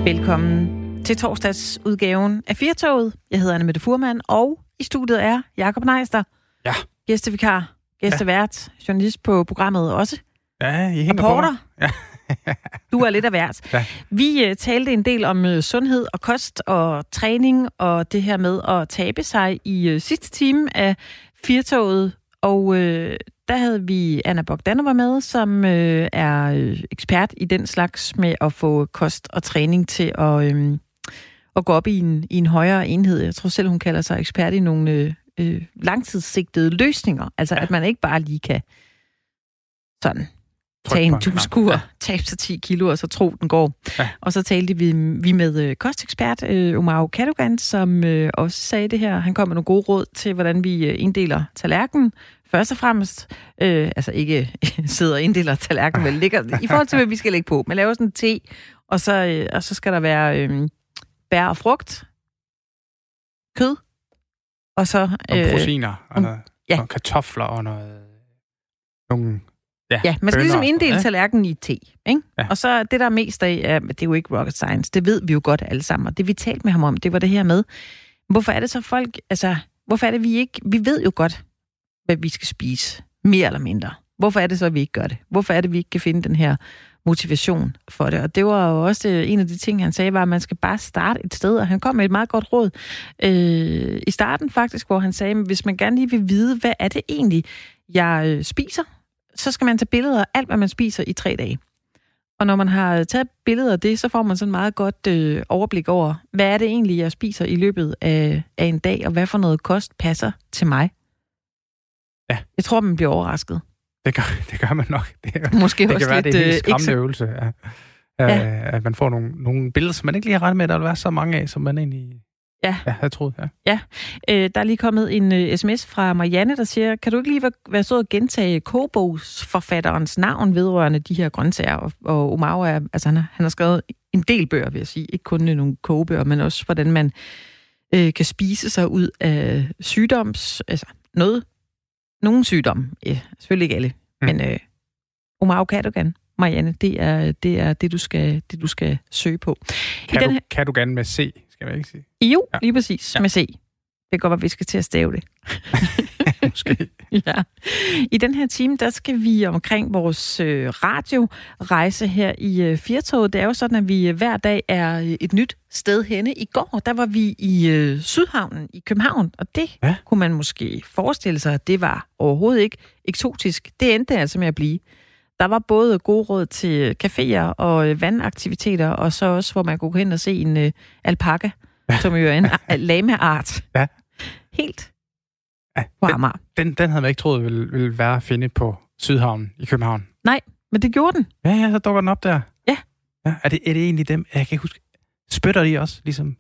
Velkommen til torsdagsudgaven af Firtoget. Jeg hedder Anne-Mette Fuhrmann, og i studiet er Jakob Neister. Ja. Gæstevikar, gæstevært, journalist på programmet også. Ja, I hænger Reporter. på. Ja. Du er lidt af hvert. Ja. Vi talte en del om sundhed og kost og træning og det her med at tabe sig i sidste time af Firtoget. Og der havde vi Anna Bogdanova med, som er ekspert i den slags med at få kost og træning til at gå op i en højere enhed. Jeg tror selv, hun kalder sig ekspert i nogle langtidssigtede løsninger. Altså, at man ikke bare lige kan sådan tage en tuskur, tabe sig 10 kilo, og så tro, den går. Ja. Og så talte vi med kostekspert Omar Cadogan, som også sagde det her. Han kom med nogle gode råd til, hvordan vi inddeler tallerkenen. Først og fremmest, altså ikke sidder og inddeler tallerkenen, vel ligger i forhold til, hvad vi skal lægge på. Man laver sådan en te, og så skal der være bær og frugt, kød, og så... og rosiner, og noget kartofler, og nogle... Ja, man skal ligesom inddele tallerkenen i te, ikke? Ja. Og så det, der er mest af, det er jo ikke rocket science, det ved vi jo godt alle sammen, og det vi talte med ham om, det var det her med, hvorfor er det så folk, altså, hvorfor er det vi ved jo godt, hvad vi skal spise, mere eller mindre. Hvorfor er det så, at vi ikke gør det? Hvorfor er det, vi ikke kan finde den her motivation for det? Og det var jo også en af de ting, han sagde, var, at man skal bare starte et sted, og han kom med et meget godt råd i starten faktisk, hvor han sagde, at hvis man gerne lige vil vide, hvad er det egentlig, jeg spiser, så skal man tage billeder af alt, hvad man spiser i 3 dage. Og når man har taget billeder af det, så får man sådan meget godt overblik over, hvad er det egentlig, jeg spiser i løbet af en dag, og hvad for noget kost passer til mig. Ja. Jeg tror, man bliver overrasket. Det gør man nok. Måske det også kan være, lidt, det er en helt skræmmende øvelse, at man får nogle billeder, som man ikke lige har regnet med, at der vil være så mange af, som man egentlig... Ja, jeg troede, ja. Der er lige kommet en sms fra Marianne, der siger, kan du ikke lige være sød at gentage kogebogsforfatterens navn vedrørende de her grøntsager? Og Omar er, altså han har skrevet en del bøger, vil jeg sige. Ikke kun nogle kogebøger, men også hvordan man kan spise sig ud af nogle sygdomme. Ja, selvfølgelig ikke alle. Men Omar Cadogan, Marianne, det er det, du skal søge på. Cadogan med C, skal man ikke sige? Jo, lige præcis, med C. Det kan godt være, at vi skal til at stave det. Måske. Ja. I den her time, der skal vi omkring vores radiorejse her i Firtoget. Det er jo sådan, at vi hver dag er et nyt sted henne. I går, der var vi i Sydhavnen i København, og det kunne man måske forestille sig, at det var overhovedet ikke eksotisk. Det endte altså med at blive. Der var både gode råd til caféer og vandaktiviteter, og så også, hvor man kunne gå hen og se en alpaka, som jo er en lama-art. Ja. Helt på Amager. Den havde man ikke troet ville være at finde på Sydhavnen i København. Nej, men det gjorde den. Ja, så dukker den op der. Ja. Er det egentlig dem? Jeg kan ikke huske. Spytter de også, ligesom?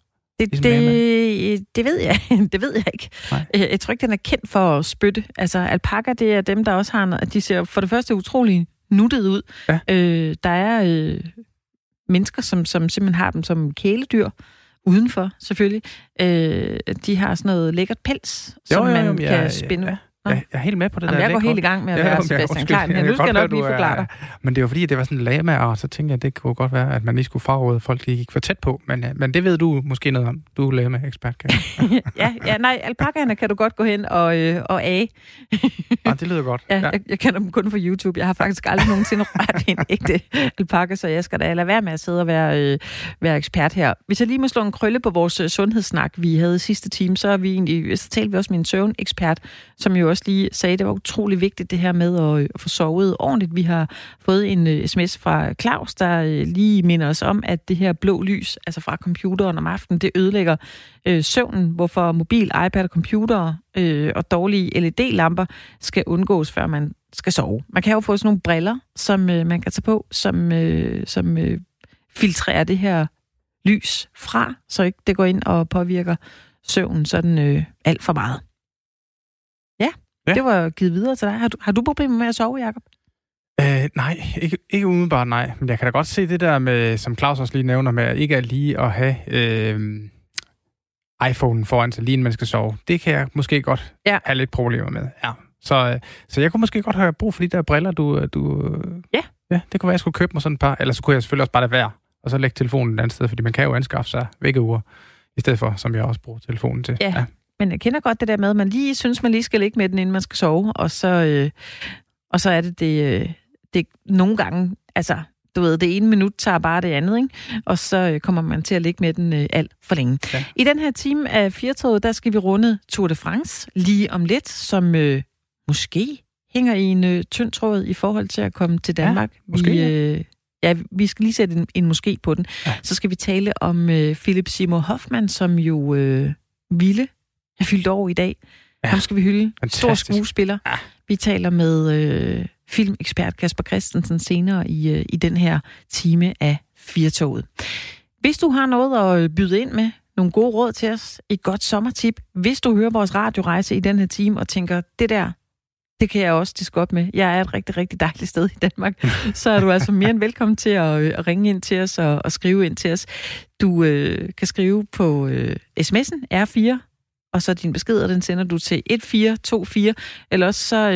Det ved jeg. Det ved jeg ikke. Nej. Jeg tror ikke, den er kendt for at spytte. Altså, alpaka, det er dem, der også har... De ser for det første utrolig nuttet ud. Ja. Der er mennesker, som simpelthen har dem som kæledyr. Udenfor, selvfølgelig. De har sådan noget lækkert pels, som man kan spænde ud. Jeg er helt med på det. Jamen, der. Jeg går helt i gang med at være Sebastian Klein. Men nu skal jeg nok lige forklare dig. Men det var fordi, det var sådan en lama, og så tænkte jeg, at det kunne godt være, at man lige skulle fraråde folk, de gik for tæt på. Men det ved du måske noget om. Du er lama-ekspert, kan nej, alpakaerne kan du godt gå hen og age. Det lyder godt. Ja. Jeg kender dem kun fra YouTube. Jeg har faktisk aldrig nogensinde rørt en ægte alpaka, så jeg skal da lade være med at sidde og være ekspert her. Hvis jeg lige må slå en krølle på vores sundhedssnak, vi havde i sidste time, så talte vi også med en søvnekspert, som jo også lige sagde, at det var utrolig vigtigt det her med at få sovet ordentligt. Vi har fået en sms fra Claus, der lige minder os om, at det her blå lys, altså fra computeren om aftenen, det ødelægger søvnen, hvorfor mobil, iPad og computer og dårlige LED-lamper skal undgås, før man skal sove. Man kan jo få sådan nogle briller, som man kan tage på, som filtrerer det her lys fra, så ikke det går ind og påvirker søvnen sådan alt for meget. Ja, det var givet videre til dig. Har du problemer med at sove, Jacob? Nej, ikke umiddelbart nej. Men jeg kan da godt se det der med, som Claus også lige nævner, med ikke at lige at have iPhone'en foran sig, lige inden man skal sove. Det kan jeg måske godt have lidt problemer med. Ja. Så jeg kunne måske godt have brug for de der briller, du... Ja, det kunne være, jeg skulle købe mig sådan et par. Eller så kunne jeg selvfølgelig også bare lade være og så lægge telefonen et andet sted, fordi man kan jo anskaffe sig vækkeure, i stedet for, som jeg også bruger telefonen til. Ja. Men jeg kender godt det der med, at man lige synes, man lige skal ligge med den, inden man skal sove, og så er det nogle gange, altså, du ved, det ene minut tager bare det andet, ikke? Og så kommer man til at ligge med den alt for længe. Ja. I den her time af Firtoget, der skal vi runde Tour de France lige om lidt, som måske hænger i en tynd tråd i forhold til at komme til Danmark. Ja, måske. Vi skal lige sætte en måske på den. Ja. Så skal vi tale om Philip Seymour Hoffman, som jo ville have fyldt år i dag. Ja. Ham skal vi hylde. Fantastisk. Stor skuespiller. Ja. Vi taler med filmekspert Kasper Christensen senere i den her time af Firtoget. Hvis du har noget at byde ind med, nogle gode råd til os, et godt sommertip, hvis du hører vores radiorejse i den her time og tænker, det kan jeg også diske op med. Jeg er et rigtig, rigtig dejligt sted i Danmark. Så er du altså mere end velkommen til at ringe ind til os og skrive ind til os. Du kan skrive på sms'en R4, og så din besked, og den sender du til 1424, eller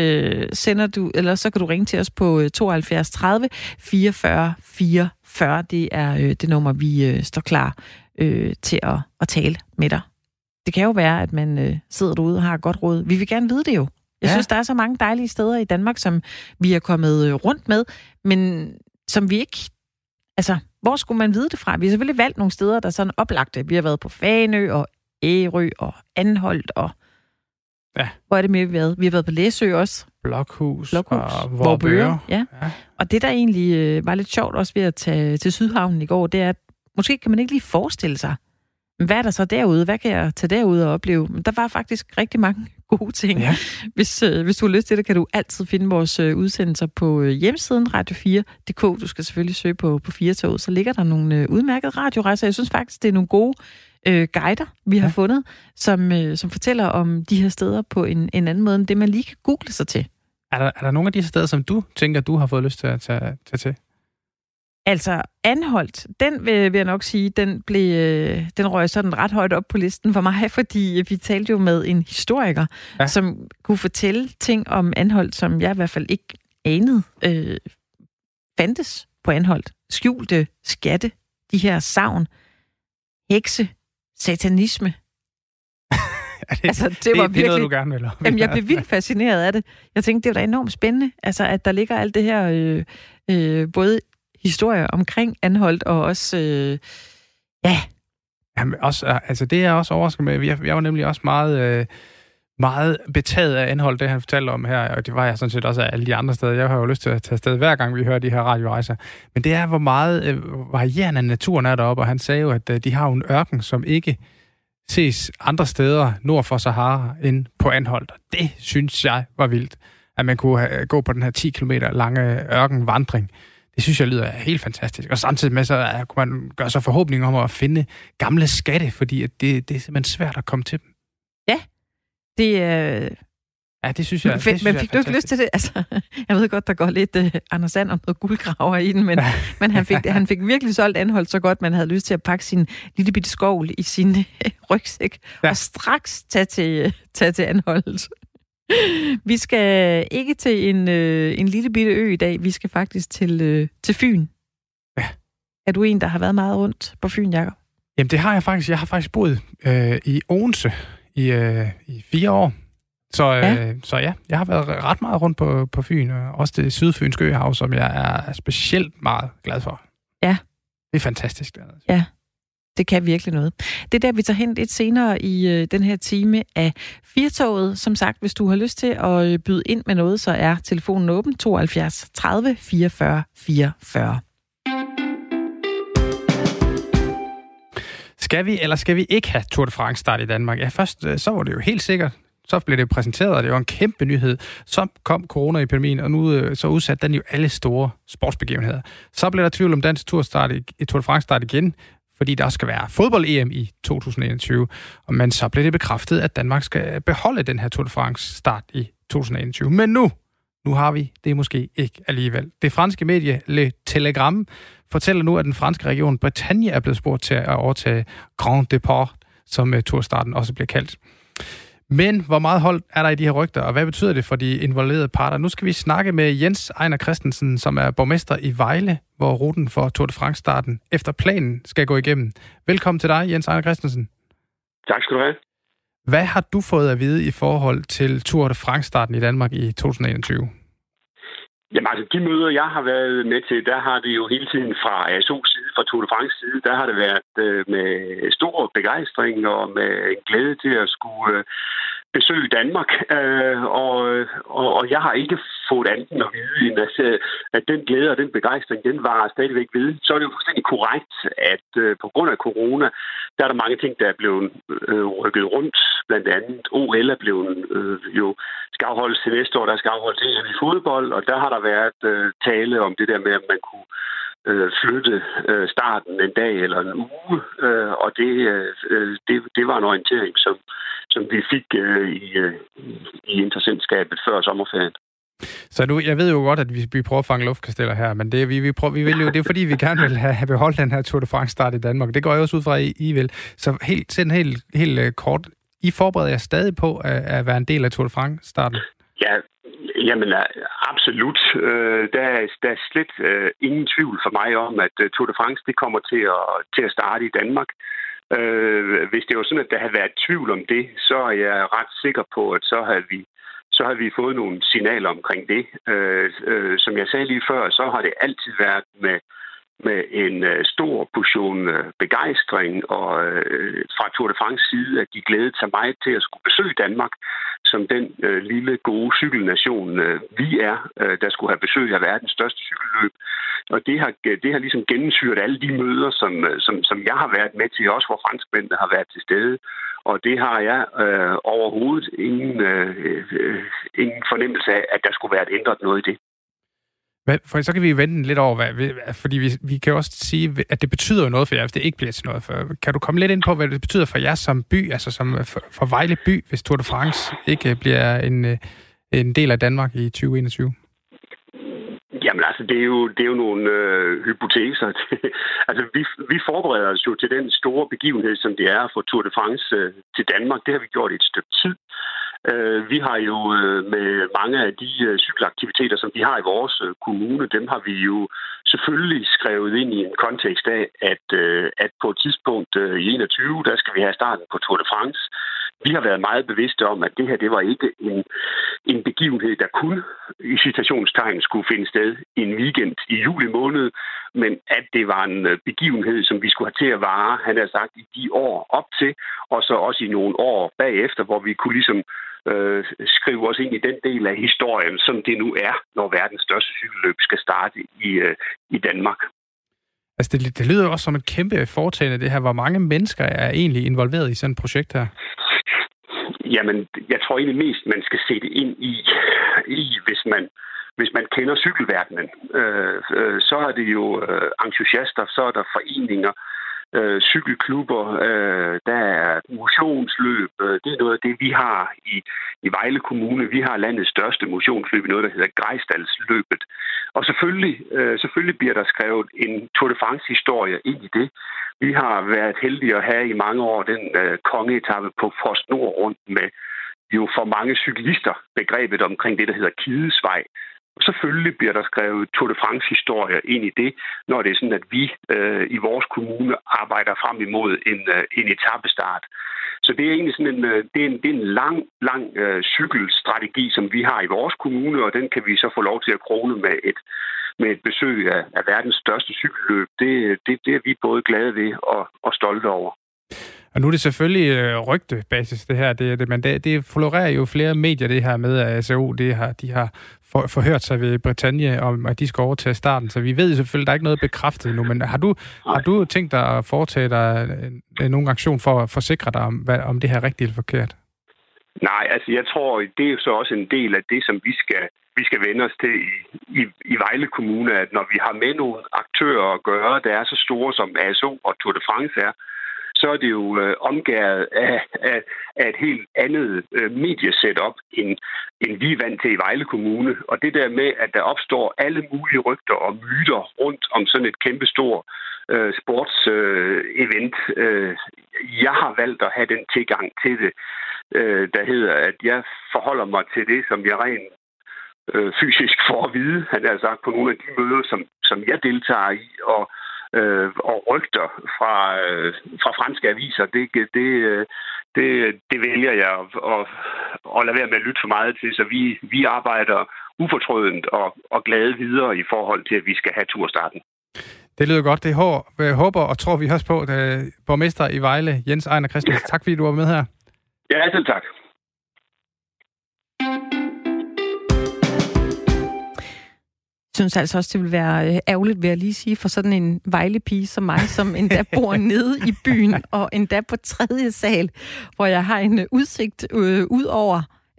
så kan du ringe til os på 72 30 44 44. Det er det nummer, vi står klar til at tale med dig. Det kan jo være, at man sidder derude og har godt råd. Vi vil gerne vide det jo. Jeg synes, der er så mange dejlige steder i Danmark, som vi er kommet rundt med, men som vi ikke... Altså, hvor skulle man vide det fra? Vi har selvfølgelig valgt nogle steder, der er sådan oplagte. Vi har været på Fanø og Ærø og Anholt og... Ja. Hvor er det mere, vi har været? Vi har været på Læsø også. Blokhus og Vorupør. Ja. Og det, der egentlig var lidt sjovt også ved at tage til Sydhavnen i går, det er, at måske kan man ikke lige forestille sig, hvad er der så derude? Hvad kan jeg tage derude og opleve? Men der var faktisk rigtig mange gode ting. Ja. Hvis du har lyst til det, kan du altid finde vores udsendelser på hjemmesiden radio4.dk. Du skal selvfølgelig søge på Firtoget, så ligger der nogle udmærkede radiorejser. Jeg synes faktisk, det er nogle gode guider, vi har fundet, som fortæller om de her steder på en anden måde, end det man lige kan google sig til. Er der nogle af de steder, som du tænker, du har fået lyst til at tage til? Altså, Anholt, den vil jeg nok sige, den røg sådan ret højt op på listen for mig, fordi vi talte jo med en historiker, som kunne fortælle ting om Anholt, som jeg i hvert fald ikke anede fandtes på Anholt. Skjulte skatte, de her sagn, hekse, satanisme. Det var virkelig noget, du gerne vil. Jamen, jeg blev vildt fascineret af det. Jeg tænkte, det var da enormt spændende, altså, at der ligger alt det her, både historier omkring Anholt, og også, Jamen, også, altså, det er også overrasket med. Jeg var nemlig også meget betaget af Anholt, det han fortalte om her, og det var jeg sådan set også af alle de andre steder. Jeg har jo lyst til at tage afsted hver gang, vi hører de her radiorejser. Men det er, hvor meget varierende naturen er deroppe, og han sagde jo, at de har en ørken, som ikke ses andre steder nord for Sahara end på Anholt. Og det synes jeg var vildt, at man kunne gå på den her 10 kilometer lange ørkenvandring. Det synes jeg lyder helt fantastisk. Og samtidig med, så kunne man gøre sig forhåbninger om at finde gamle skatte, fordi at det er simpelthen svært at komme til dem. Ja, det Ja, det synes jeg. Men fik du ikke lyst til det? Altså, jeg ved godt, der går lidt Anders Sand om noget guldgraver i den, men han fik virkelig solgt Anholt så godt, man havde lyst til at pakke sin lille bitte skovl i sin rygsæk og straks tage til Anholt. Vi skal ikke til en lille bitte ø i dag. Vi skal faktisk til Fyn. Ja. Er du en, der har været meget rundt på Fyn, Jacob? Jamen, det har jeg faktisk. Jeg har faktisk boet i Odense i 4 år. Så ja, jeg har været ret meget rundt på Fyn, også det sydfynske øhav, som jeg er specielt meget glad for. Ja. Det er fantastisk. Ja, det kan virkelig noget. Det er der, vi tager hen lidt senere i den her time af Firtoget. Som sagt, hvis du har lyst til at byde ind med noget, så er telefonen åben 72 30 44 44. Skal vi eller skal vi ikke have Tour de France start i Danmark? Ja, først så var det jo helt sikkert. Så blev det præsenteret, og det var en kæmpe nyhed. Så kom coronaepidemien, og nu så udsatte den jo alle store sportsbegivenheder. Så blev der tvivl om dansk Tour de France start igen, fordi der skal være fodbold-EM i 2021. Men så blev det bekræftet, at Danmark skal beholde den her Tour de France start i 2021. Men nu har vi det måske ikke alligevel. Det franske medie Le Telegram fortæller nu, at den franske region Bretagne er blevet spurgt til at overtage Grand Départ, som turstarten også bliver kaldt. Men hvor meget hold er der i de her rygter, og hvad betyder det for de involverede parter? Nu skal vi snakke med Jens Ejner Christensen, som er borgmester i Vejle, hvor ruten for Tour de France-starten efter planen skal gå igennem. Velkommen til dig, Jens Ejner Christensen. Tak skal du have. Hvad har du fået at vide i forhold til Tour de France-starten i Danmark i 2021? Jamen altså, de møder, jeg har været med til, der har det jo hele tiden fra ASO's side, fra Tour de France side, der har det været med stor begejstring og med glæde til at skulle besøge Danmark. Og jeg har ikke fået andet at vide, end at den glæde og den begejstring, den var stadigvæk ved. Så er det jo fuldstændig korrekt, at på grund af corona, der er der mange ting, der er blevet rykket rundt. Blandt andet OL er blevet skal afholdes til næste år, der skal afholdes EM i fodbold, og der har der været tale om det der med, at man kunne flytte starten en dag eller en uge, og det var en orientering, som vi fik i interessentskabet før sommerferien. Så nu, jeg ved jo godt, at vi prøver at fange luftkasteller her, men det er fordi, vi gerne vil have beholdt den her Tour de France-start i Danmark. Det går jeg også ud fra, I vil. Så helt kort, I forbereder jer stadig på at være en del af Tour de France-starten? Ja, jamen absolut. Der er slet ingen tvivl for mig om, at Tour de France det kommer til at starte i Danmark. Hvis det var sådan, at der havde været tvivl om det, så er jeg ret sikker på, at så har vi fået nogle signaler omkring det. Som jeg sagde lige før, så har det altid været med en stor portion begejstring og fra Tour de France side, at de glædede sig meget til at skulle besøge Danmark som den lille gode cykelnation vi er, der skulle have besøg af verdens største cykelløb. Og det har ligesom gennemsyret alle de møder, som jeg har været med til, også hvor franskmændene har været til stede. Og det har jeg overhovedet ingen fornemmelse af, at der skulle være ændret noget i det. For så kan vi vente lidt over, fordi vi kan også sige, at det betyder noget for jer, hvis det ikke bliver til noget. Kan du komme lidt ind på, hvad det betyder for jer som by, altså for Vejle by, hvis Tour de France ikke bliver en del af Danmark i 2021? Jamen altså, det er jo nogle hypoteser. Altså, vi forbereder os jo til den store begivenhed, som det er for Tour de France til Danmark. Det har vi gjort i et stykke tid. Vi har jo med mange af de cykelaktiviteter, som vi har i vores kommune, dem har vi jo selvfølgelig skrevet ind i en kontekst af, at på et tidspunkt i 21, der skal vi have starten på Tour de France. Vi har været meget bevidste om, at det her, det var ikke en begivenhed, der kun i citationstegn skulle finde sted i en weekend i juli måned, men at det var en begivenhed, som vi skulle have til at vare, han har sagt, i de år op til, og så også i nogle år bagefter, hvor vi kunne ligesom skrive os ind i den del af historien, som det nu er, når verdens største cykelløb skal starte i Danmark. Altså, det lyder også som et kæmpe foretagende, det her. Hvor mange mennesker er egentlig involveret i sådan et projekt her? Jamen, jeg tror egentlig mest, man skal se det ind i hvis man kender cykelverdenen. Så er det jo entusiaster, så er der foreninger, cykelklubber, der er motionsløb. Det er noget af det, vi har i Vejle Kommune. Vi har landets største motionsløb, noget, der hedder Grejsdalsløbet. Og selvfølgelig bliver der skrevet en Tour de France-historie ind i det. Vi har været heldige at have i mange år den kongeetappe på PostNord rundt med jo for mange cyklister begrebet omkring det, der hedder Kidesvej. Og selvfølgelig bliver der skrevet Tour de France-historier ind i det, når det er sådan, at vi i vores kommune arbejder frem imod en etapestart. Så det er egentlig sådan en lang cykelstrategi, som vi har i vores kommune, og den kan vi så få lov til at krone med et besøg af verdens største cykelløb. Det er vi både glade ved og stolte over. Og nu er det selvfølgelig rygtebasis, det her. Men det florerer jo flere medier, det her med, at ASO de har forhørt sig ved Bretagne om, at de skal overtage starten. Så vi ved jo selvfølgelig, at der er ikke noget bekræftet nu. Men har du tænkt dig at foretage dig nogen aktion for at forsikre dig om det her er rigtigt eller forkert? Nej, altså jeg tror, det er jo så også en del af det, som vi skal vende os til i Vejle Kommune, at når vi har med nogle aktører at gøre, der er så store som ASO og Tour de France er, så er det jo omgået af et helt andet mediesetup, end vi er vant til i Vejle Kommune. Og det der med, at der opstår alle mulige rygter og myter rundt om sådan et kæmpestor sportsevent. Jeg har valgt at have den tilgang til det, der hedder, at jeg forholder mig til det, som jeg rent fysisk får at vide, han har sagt, på nogle af de møder, som jeg deltager i, og rygter fra franske aviser, det vælger jeg at lade være med at lytte for meget til, så vi arbejder ufortrødent og glade videre i forhold til, at vi skal have turstarten. Det lyder godt. Det håber og tror vi også på, at borgmester i Vejle, Jens Ejner Christensen. Tak fordi du var med her. Ja, selv tak. Jeg synes altså også, det vil være ærgerligt, vil jeg lige sige, for sådan en Vejle-pige som mig, som endda bor nede i byen, og endda på 3. sal, hvor jeg har en udsigt ud over.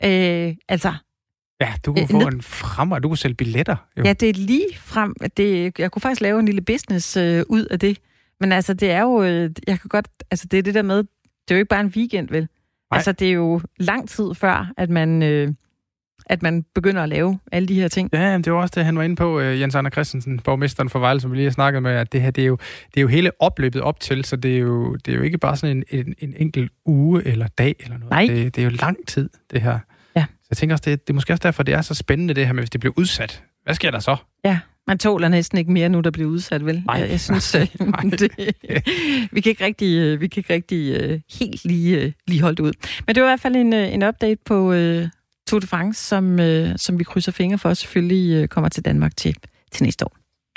Ja, du kunne få en fremmer, du kunne sælge billetter. Jo. Ja, det er lige frem. Jeg kunne faktisk lave en lille business ud af det. Men altså, det er jo, jeg kan godt, altså det er det der med, det er jo ikke bare en weekend, vel? Nej. Altså, det er jo lang tid før, at man begynder at lave alle de her ting. Ja, det var også det, han var inde på, Jens Ejner Christensen, borgmesteren for Vejle, som vi lige har snakket med, at det her, det er jo hele opløbet op til, så det er jo ikke bare sådan en enkelt uge eller dag eller noget. Nej. Det er jo lang tid, det her. Ja. Så jeg tænker også, det er måske også derfor, det er så spændende, det her med, hvis det bliver udsat. Hvad sker der så? Ja, man tåler næsten ikke mere nu, der bliver udsat, vel? Nej. Jeg synes, vi kan ikke rigtig helt lige holde ud. Men det var i hvert fald en update på Tour de France, som vi krydser fingre for, selvfølgelig kommer til Danmark til næste år.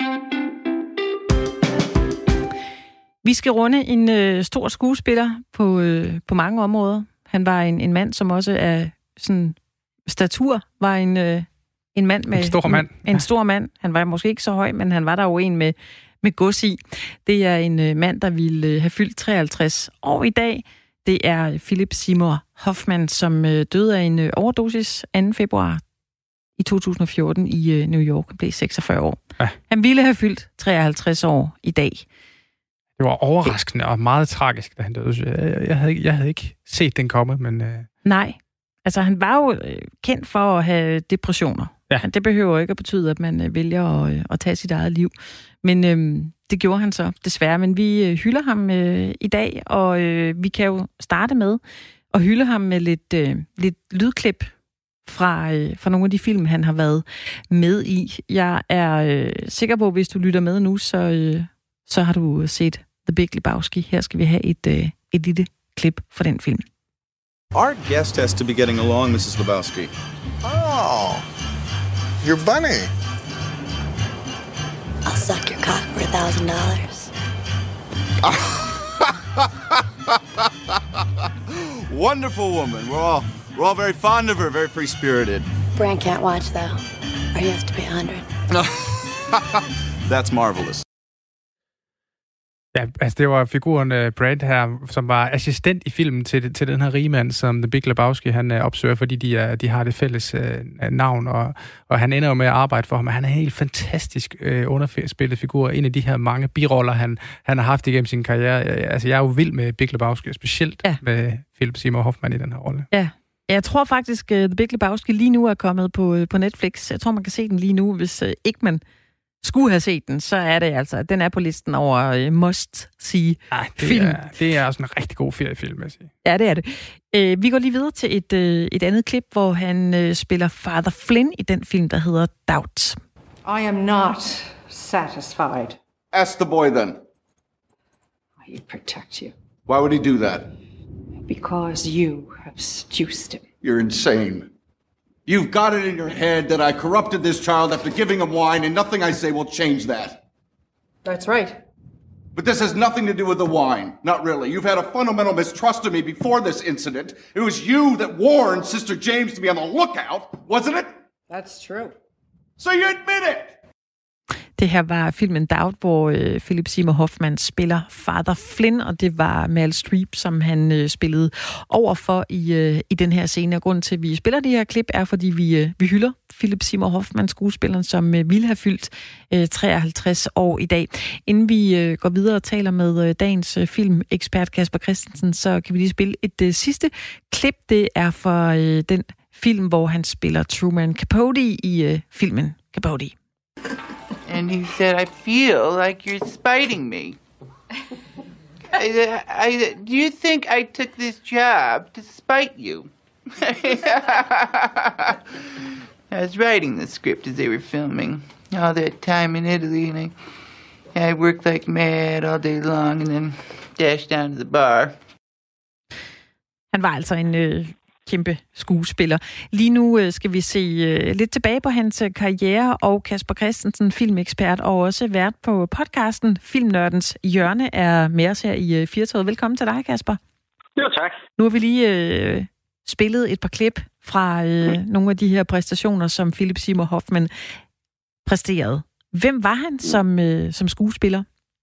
Vi skal runde en stor skuespiller på mange områder. Han var en mand, som også er sådan statur, var en mand med... En stor mand. En stor mand. Han var måske ikke så høj, men han var der jo en med gods i. Det er en mand, der ville have fyldt 53 år i dag. Det er Philip Seymour Hoffman, som døde af en overdosis 2. februar i 2014 i New York. Han blev 46 år. Ja. Han ville have fyldt 53 år i dag. Det var overraskende og meget tragisk, da han døde. Jeg havde ikke set den komme, men... Nej. Altså, han var jo kendt for at have depressioner. Ja. Det behøver ikke at betyde, at man vælger at tage sit eget liv. Men det gjorde han så, desværre. Men vi hylder ham i dag, og vi kan jo starte med at hylde ham med lidt lydklip fra nogle af de film, han har været med i. Jeg er sikker på, at hvis du lytter med nu, så har du set The Big Lebowski. Her skal vi have et lille klip fra den film. Our guest has to be getting along, Mrs. Lebowski. Oh, your bunny. I'll suck your cock for $1,000. Wonderful woman. We're all very fond of her, very free-spirited. Bran can't watch, though, or he has to pay $100. That's marvelous. Ja, altså det var figuren Brad her, som var assistent i filmen til den her rigmand, som The Big Lebowski han opsøger, fordi de har det fælles navn, og han ender jo med at arbejde for ham, og han er en helt fantastisk underspillet figur, en af de her mange biroller, han har haft igennem sin karriere. Altså jeg er jo vild med Big Lebowski, specielt med Philip Seymour Hoffman i den her rolle. Ja. Jeg tror faktisk, The Big Lebowski lige nu er kommet på Netflix. Jeg tror, man kan se den lige nu, hvis ikke man skulle have set den, så er det altså, den er på listen over must-see-film. Det er også en rigtig god feriefilm, vil jeg sige. Ja, det er det. Vi går lige videre til et andet klip, hvor han spiller Father Flynn i den film, der hedder Doubt. I am not satisfied. Ask the boy then. He'd protect you. Why would he do that? Because you have seduced him. You're insane. You've got it in your head that I corrupted this child after giving him wine, and nothing I say will change that. That's right. But this has nothing to do with the wine. Not really. You've had a fundamental mistrust of me before this incident. It was you that warned Sister James to be on the lookout, wasn't it? That's true. So you admit it! Det her var filmen Doubt, hvor Philip Seymour Hoffman spiller Father Flynn, og det var Meryl Streep, som han spillede overfor i den her scene. Og grunden til, at vi spiller de her klip, er, fordi vi hylder Philip Seymour Hoffman, skuespilleren, som ville have fyldt 53 år i dag. Inden vi går videre og taler med dagens filmekspert Kasper Christensen, så kan vi lige spille et sidste klip. Det er fra den film, hvor han spiller Truman Capote i filmen Capote. And he said, I feel like you're spiting me. Do you think I took this job to spite you? I was writing the script as they were filming. All that time in Italy, and I worked like mad all day long, and then dashed down to the bar. Han var altså en kæmpe skuespiller. Lige nu skal vi se lidt tilbage på hans karriere, og Kasper Christensen, filmekspert og også vært på podcasten Filmnørdens Hjørne, er med os her i Firtoget. Velkommen til dig, Kasper. Jo, tak. Nu har vi lige spillet et par klip fra nogle af de her præstationer, som Philip Seymour Hoffman præsterede. Hvem var han som skuespiller?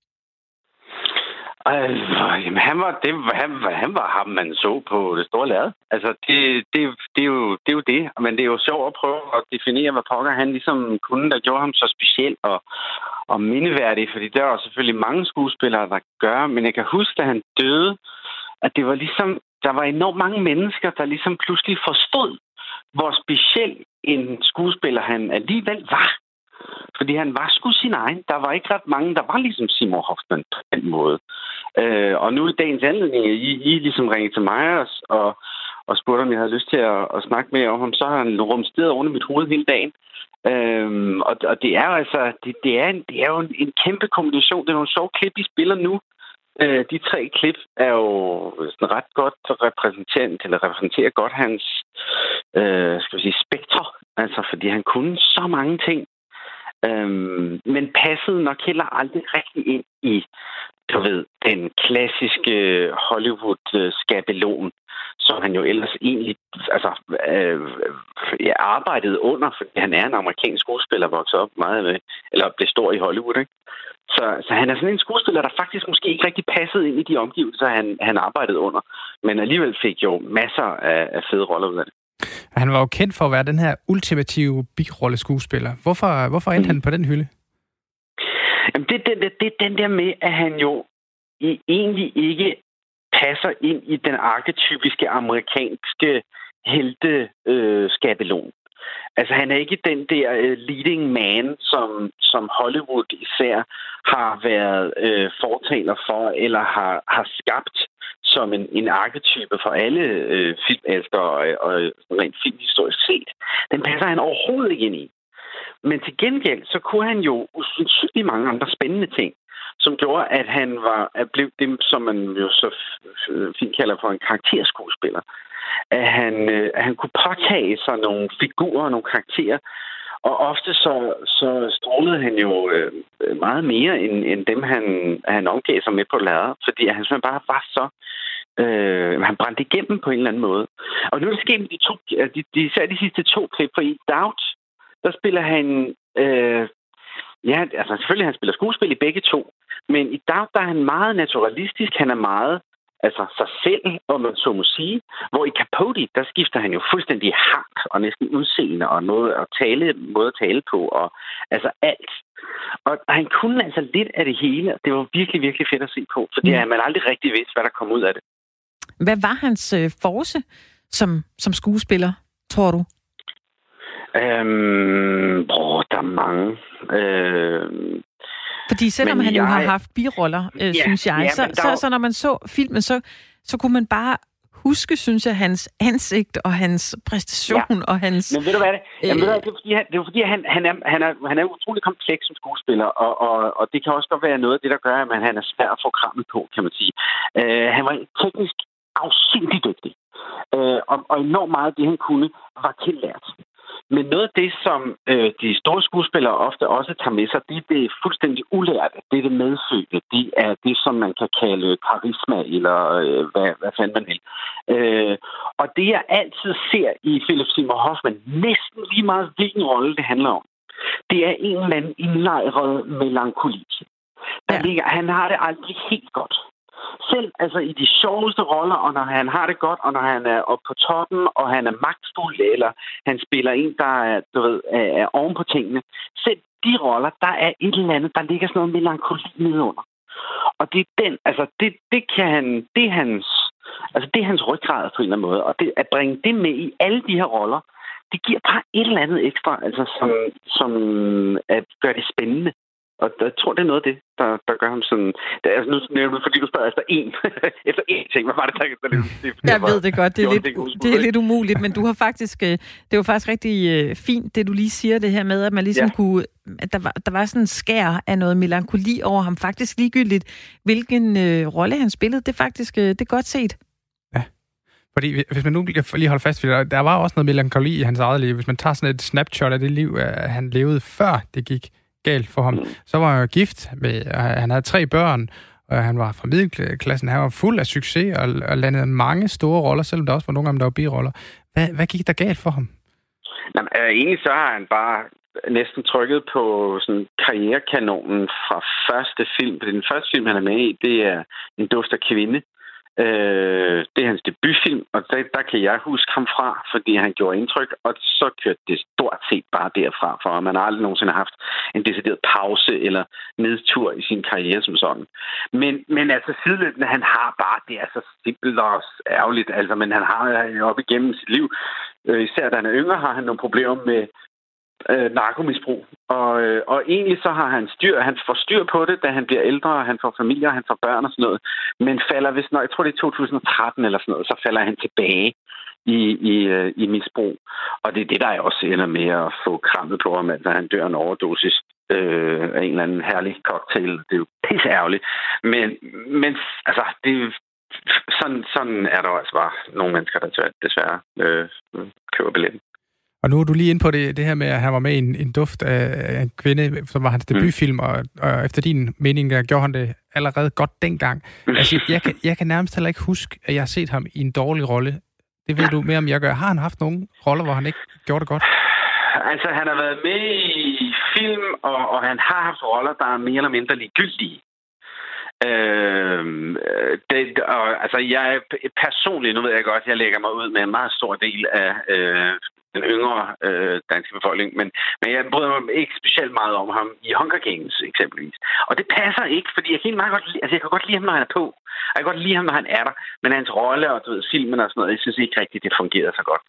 Jamen, han var ham, man så på det store lærred. Altså, det er jo det. Men det er jo sjovt at prøve at definere, hvad pokker han ligesom kunne, der gjorde ham så speciel og mindeværdig. Fordi der var selvfølgelig mange skuespillere, der gør. Men jeg kan huske, da han døde, at det var ligesom, der var enormt mange mennesker, der ligesom pludselig forstod, hvor speciel en skuespiller han alligevel var. Fordi han var sgu sin egen. Der var ikke ret mange, der var ligesom Seymour Hoffman på den måde. Og nu i dagens anledning, I ligesom ringede til mig og spurgte, om jeg havde lyst til at snakke med om ham, så har han rumsteret under mit hoved hele dagen. Og det er jo altså, det er jo en kæmpe kombination. Det er nogle sjove klip, I spiller nu. De 3 klip er jo sådan ret godt repræsenterer godt hans skal vi sige, spektre. Altså, fordi han kunne så mange ting. Men passede nok heller aldrig rigtig ind i, du ved, den klassiske Hollywood-skabelon, som han jo ellers egentlig arbejdede under, fordi han er en amerikansk skuespiller, vokset op meget med, eller blev stor i Hollywood, ikke? Så han er sådan en skuespiller, der faktisk måske ikke rigtig passede ind i de omgivelser, han arbejdede under, men alligevel fik jo masser af fede roller ud af det. Han var jo kendt for at være den her ultimative birolleskuespiller. Hvorfor endte han på den hylde? Jamen, det er den der med, at han jo egentlig ikke passer ind i den arketypiske amerikanske helte-skabelon. Altså, han er ikke den der leading man, som Hollywood især har været fortaler for, eller har skabt som en arketype for alle filmelskere og rent filmhistorisk set. Den passer han overhovedet ikke ind i. Men til gengæld, så kunne han jo usandsynligt mange andre spændende ting, som gjorde, at han blev det, som man jo så fint kalder for en karakterskuespiller. At han kunne påtage sig nogle figurer og nogle karakterer, og ofte så strålede han jo meget mere end dem, han omgav sig med på lærred, fordi han simpelthen bare var så han brændte igennem på en eller anden måde. Og nu er det sket med især de sidste 2 klip, for i Doubt, der spiller han selvfølgelig han spiller skuespil i begge 2, men i Doubt, der er han meget naturalistisk, han er meget sig selv, om man så må sige, hvor i Capote, der skifter han jo fuldstændig hak og næsten udseende og måde at tale på, og altså alt. Og han kunne altså lidt af det hele, og det var virkelig, virkelig fedt at se på, fordi man aldrig rigtig vidste, hvad der kom ud af det. Hvad var hans force som skuespiller, tror du? Der er mange. Fordi selvom han jo har haft biroller, synes jeg, så når man så filmen, så kunne man bare huske, synes jeg, hans ansigt og hans præstation og hans... Men ved du hvad det? Det er jo fordi, han er utrolig kompleks som skuespiller, og det kan også godt være noget af det, der gør, at han er svær at få krammet på, kan man sige. Han var teknisk afsindig dygtig, og enormt meget af det, han kunne, var tillært. Men noget af det, som de store skuespillere ofte også tager med sig, det er det fuldstændig ulærte. Det er det medfødte. Det er det, som man kan kalde karisma, eller hvad fanden man vil. Og det, jeg altid ser i Philip Seymour Hoffman, næsten lige meget hvilken rolle det handler om, det er en eller anden indlejret melankoli. Han har det aldrig helt godt. Selv altså i de sjoveste roller, og når han har det godt, og når han er oppe på toppen, og han er magtfuld, eller han spiller en, der er, er oven på tingene. Selv de roller, der er et eller andet, der ligger sådan noget melankoli nedenunder. Og det er den, altså det er hans ryggrad på en eller anden måde. Og at bringe det med i alle de her roller, det giver bare et eller andet ekstra, altså som at gøre det spændende. Og jeg tror, det er noget af det, der gør ham sådan... Det er, altså, nu nævner du, fordi du spørger efter én ting. Hvad var det, der det? Jeg ved det godt. Det er lidt umuligt, men du har faktisk... Det var faktisk rigtig fint, det du lige siger, det her med, at man ligesom kunne... At der var sådan en skær af noget melankoli over ham. Faktisk ligegyldigt, hvilken rolle han spillede. Det er faktisk det er godt set. Ja. Fordi hvis man nu lige holder fast ved det, der var også noget melankoli i hans eget liv. Hvis man tager sådan et snapshot af det liv, han levede før det gik galt for ham, så var han jo gift med, han havde 3 børn, og han var fra middelklassen, han var fuld af succes og landede mange store roller, selvom der også var nogle af dem, der var biroller. Hvad gik der galt for ham? Jamen, egentlig så har han bare næsten trykket på sådan karrierekanonen fra første film. Den første film, han er med i, det er En duft af kvinde. Det er hans debutfilm, og der kan jeg huske ham fra, fordi han gjorde indtryk, og så kørte det stort set bare derfra, for man har aldrig nogensinde haft en decideret pause eller nedtur i sin karriere som sådan. Men altså sideløbende, han har bare, det er så simpelt og ærgerligt, altså, men han har op igennem sit liv, især da han er yngre, har han nogle problemer med narkomisbrug. Og egentlig så har han får styr på det, da han bliver ældre, og han får familie, og han får børn og sådan noget. Men falder vist nok, jeg tror det er 2013 eller sådan noget, så falder han tilbage i misbrug. Og det er det, der også ender med at få krammet på ham, altså han dør en overdosis af en eller anden herlig cocktail. Det er jo pisse ærgerligt. Men altså, det er sådan er der altså bare nogle mennesker, der desværre køber billetten. Og nu er du lige inde på det her med, at han var med i en duft af en kvinde, som var hans debutfilm, og efter din mening, der gjorde han det allerede godt dengang. Altså, jeg kan nærmest heller ikke huske, at jeg har set ham i en dårlig rolle. Det ved du mere om jeg gør. Har han haft nogle roller, hvor han ikke gjorde det godt? Altså, han har været med i film, og han har haft roller, der er mere eller mindre ligegyldige. Altså, jeg personligt, nu ved jeg godt, jeg lægger mig ud med en meget stor del af den yngre danske befolkning, men jeg bryder mig ikke specielt meget om ham i Hunger Games eksempelvis. Og det passer ikke, fordi jeg kan godt lide ham, når han er på. Jeg kan godt lide ham, når han er der, men hans rolle og filmen og sådan noget, jeg synes ikke rigtigt, det fungerede så godt.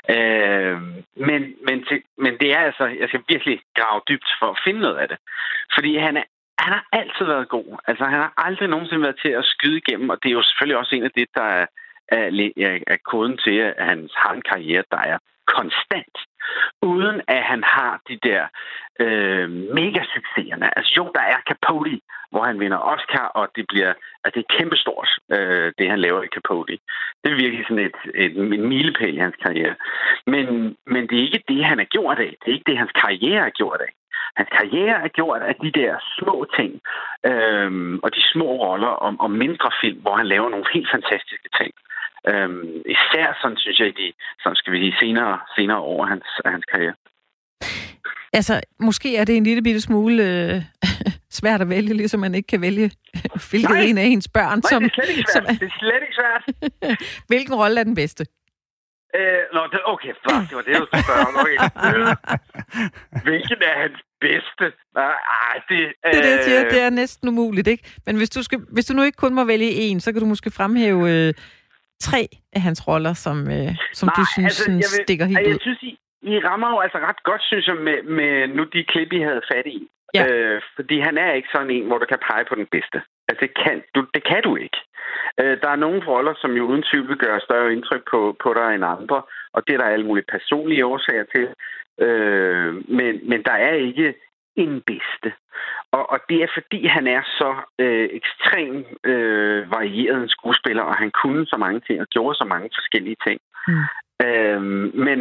Men det er altså, jeg skal virkelig grave dybt for at finde noget af det. Fordi han har altid været god. Altså, han har aldrig nogensinde været til at skyde igennem, og det er jo selvfølgelig også en af det, der er koden til, at han har en karriere, der er konstant, uden at han har de der mega-succeserne. Altså jo, der er Capote, hvor han vinder Oscar, og det er kæmpestort, det han laver i Capote. Det er virkelig sådan en milepæl i hans karriere. Men det er ikke det, han er gjort af. Det er ikke det, hans karriere er gjort af. Hans karriere er gjort af de der små ting, og de små roller og mindre film, hvor han laver nogle helt fantastiske ting. Især sådan, synes jeg, senere over hans karriere. Altså, måske er det en lille bitte smule svært at vælge, ligesom man ikke kan vælge, hvilket en af ens børn. Nej, det er slet ikke svært. Det er slet ikke svært. Hvilken rolle er den bedste? Okay, det var det, du skulle spørge om. Okay. Hvilken er hans bedste? Det jeg siger, det er næsten umuligt, ikke? Men hvis du nu ikke kun må vælge en, så kan du måske fremhæve 3 af hans roller, som du synes stikker helt ud. Jeg synes, I rammer jo altså ret godt, synes jeg, med nu de klip, I havde fat i. Ja. Fordi han er ikke sådan en, hvor du kan pege på den bedste. Altså, det kan du ikke. Der er nogle roller, som jo uden tvivl vil gøre større indtryk på dig end andre, og det er der alle mulige personlige årsager til. Men der er ikke en bedste. Og det er fordi, han er så ekstremt varieret en skuespiller, og han kunne så mange ting og gjorde så mange forskellige ting. Men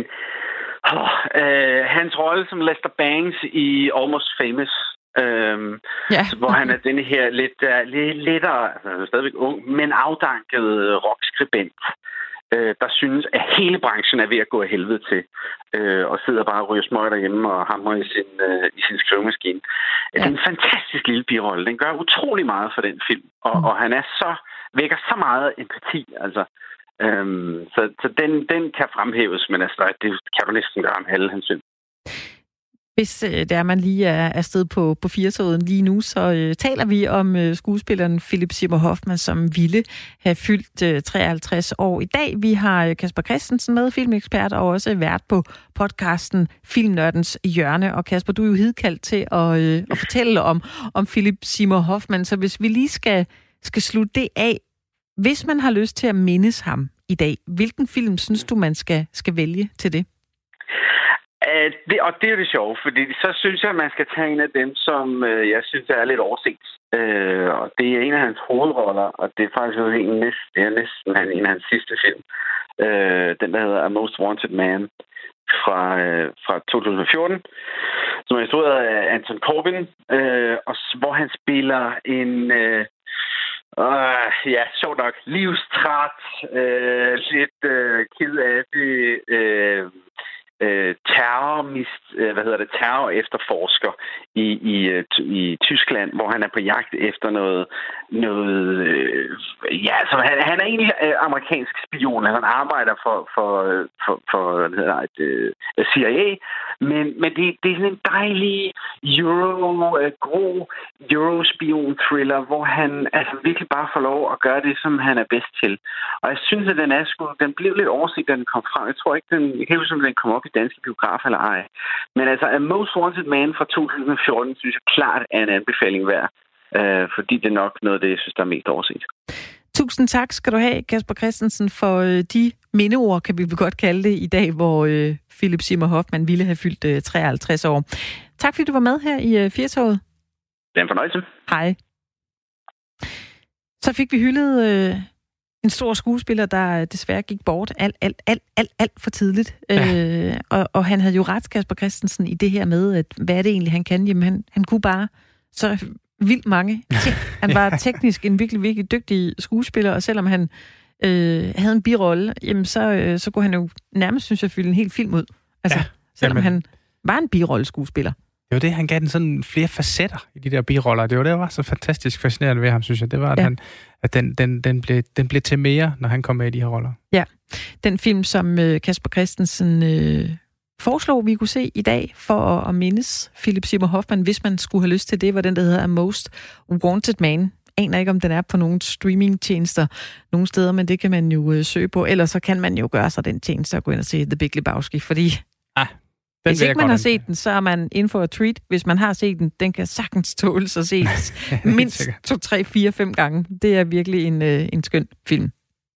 hans rolle som Lester Bangs i Almost Famous, hvor han er denne her lidt lettere, altså stadigvæk ung, men afdanket rockskribent, der synes, at hele branchen er ved at gå af helvede til, og sidder bare og ryger smøger derhjemme og hamrer i sin skrivemaskine. Det er en fantastisk lille birolle. Den gør utrolig meget for den film, og han vækker så meget empati, altså. Så den kan fremhæves, men altså, det kan du næsten gøre om alle hans film. Hvis det er, man lige er afsted på firetoget lige nu, så taler vi om skuespilleren Philip Seymour Hoffman, som ville have fyldt 53 år i dag. Vi har Kasper Christensen med, filmekspert, og også vært på podcasten Filmnørdens Hjørne. Og Kasper, du er jo hidkaldt til at fortælle om Philip Seymour Hoffman, så hvis vi lige skal slutte det af, hvis man har lyst til at mindes ham i dag, hvilken film synes du, man skal vælge til det? Det er det sjove, fordi så synes jeg, at man skal tage en af dem, som jeg synes er lidt overset. Og det er en af hans hovedroller, og det er faktisk næsten en af hans sidste film. Den, der hedder A Most Wanted Man fra 2014, som er instrueret af Anton Corbijn, og hvor han spiller en... sjovt nok, livstræt, lidt ked af det... terror efterforsker i Tyskland, hvor han er på jagt efter noget så han er egentlig amerikansk spion. Han arbejder for CIA, men det er sådan en dejlig Euro-spion-thriller, hvor han altså virkelig bare får lov at gøre det, som han er bedst til. Og jeg synes, at den blev lidt overset, da den kom frem. Jeg tror ikke, jeg kan huske, om den kom op i danske biograf eller ej. Men altså, A Most Wanted Man fra 2014, synes jeg klart er en anbefaling værd. Fordi det er nok noget af det, jeg synes, der er mest overset. Tusind tak skal du have, Kasper Christensen, for de mindeord, kan vi godt kalde det, i dag, hvor Philip Seymour Hoffman ville have fyldt 53 år. Tak fordi du var med her i Firtoget. Det er en fornøjelse. Hej. Så fik vi hyldet en stor skuespiller, der desværre gik bort alt for tidligt. Ja. Og han havde jo ret, Kasper Christensen, i det her med, at hvad er det egentlig, han kan? Jamen, han kunne bare så vildt mange ting. Han var teknisk en virkelig, virkelig dygtig skuespiller, og selvom han havde en birolle, jamen så kunne han jo nærmest, synes jeg, fylde en hel film ud. Altså, selvom han var en birolleskuespiller. Det var det, han gav den sådan flere facetter i de der biroller. Det var det, der var så fantastisk fascinerende ved ham, synes jeg. Det var, at den blev til mere, når han kom med i de her roller. Ja, den film, som Kasper Christensen foreslog, vi kunne se i dag, for at mindes Philip Seymour Hoffman, hvis man skulle have lyst til det, var den, der hedder A Most Wanted Man. Aner ikke, om den er på nogle streamingtjenester nogle steder, men det kan man jo søge på. Ellers så kan man jo gøre sig den tjeneste og gå ind og se The Big Lebowski, fordi hvis ikke man har set den, så er man inden for et treat. Hvis man har set den, den kan sagtens tåles at ses mindst 2, 3, 4, 5 gange. Det er virkelig en skøn film.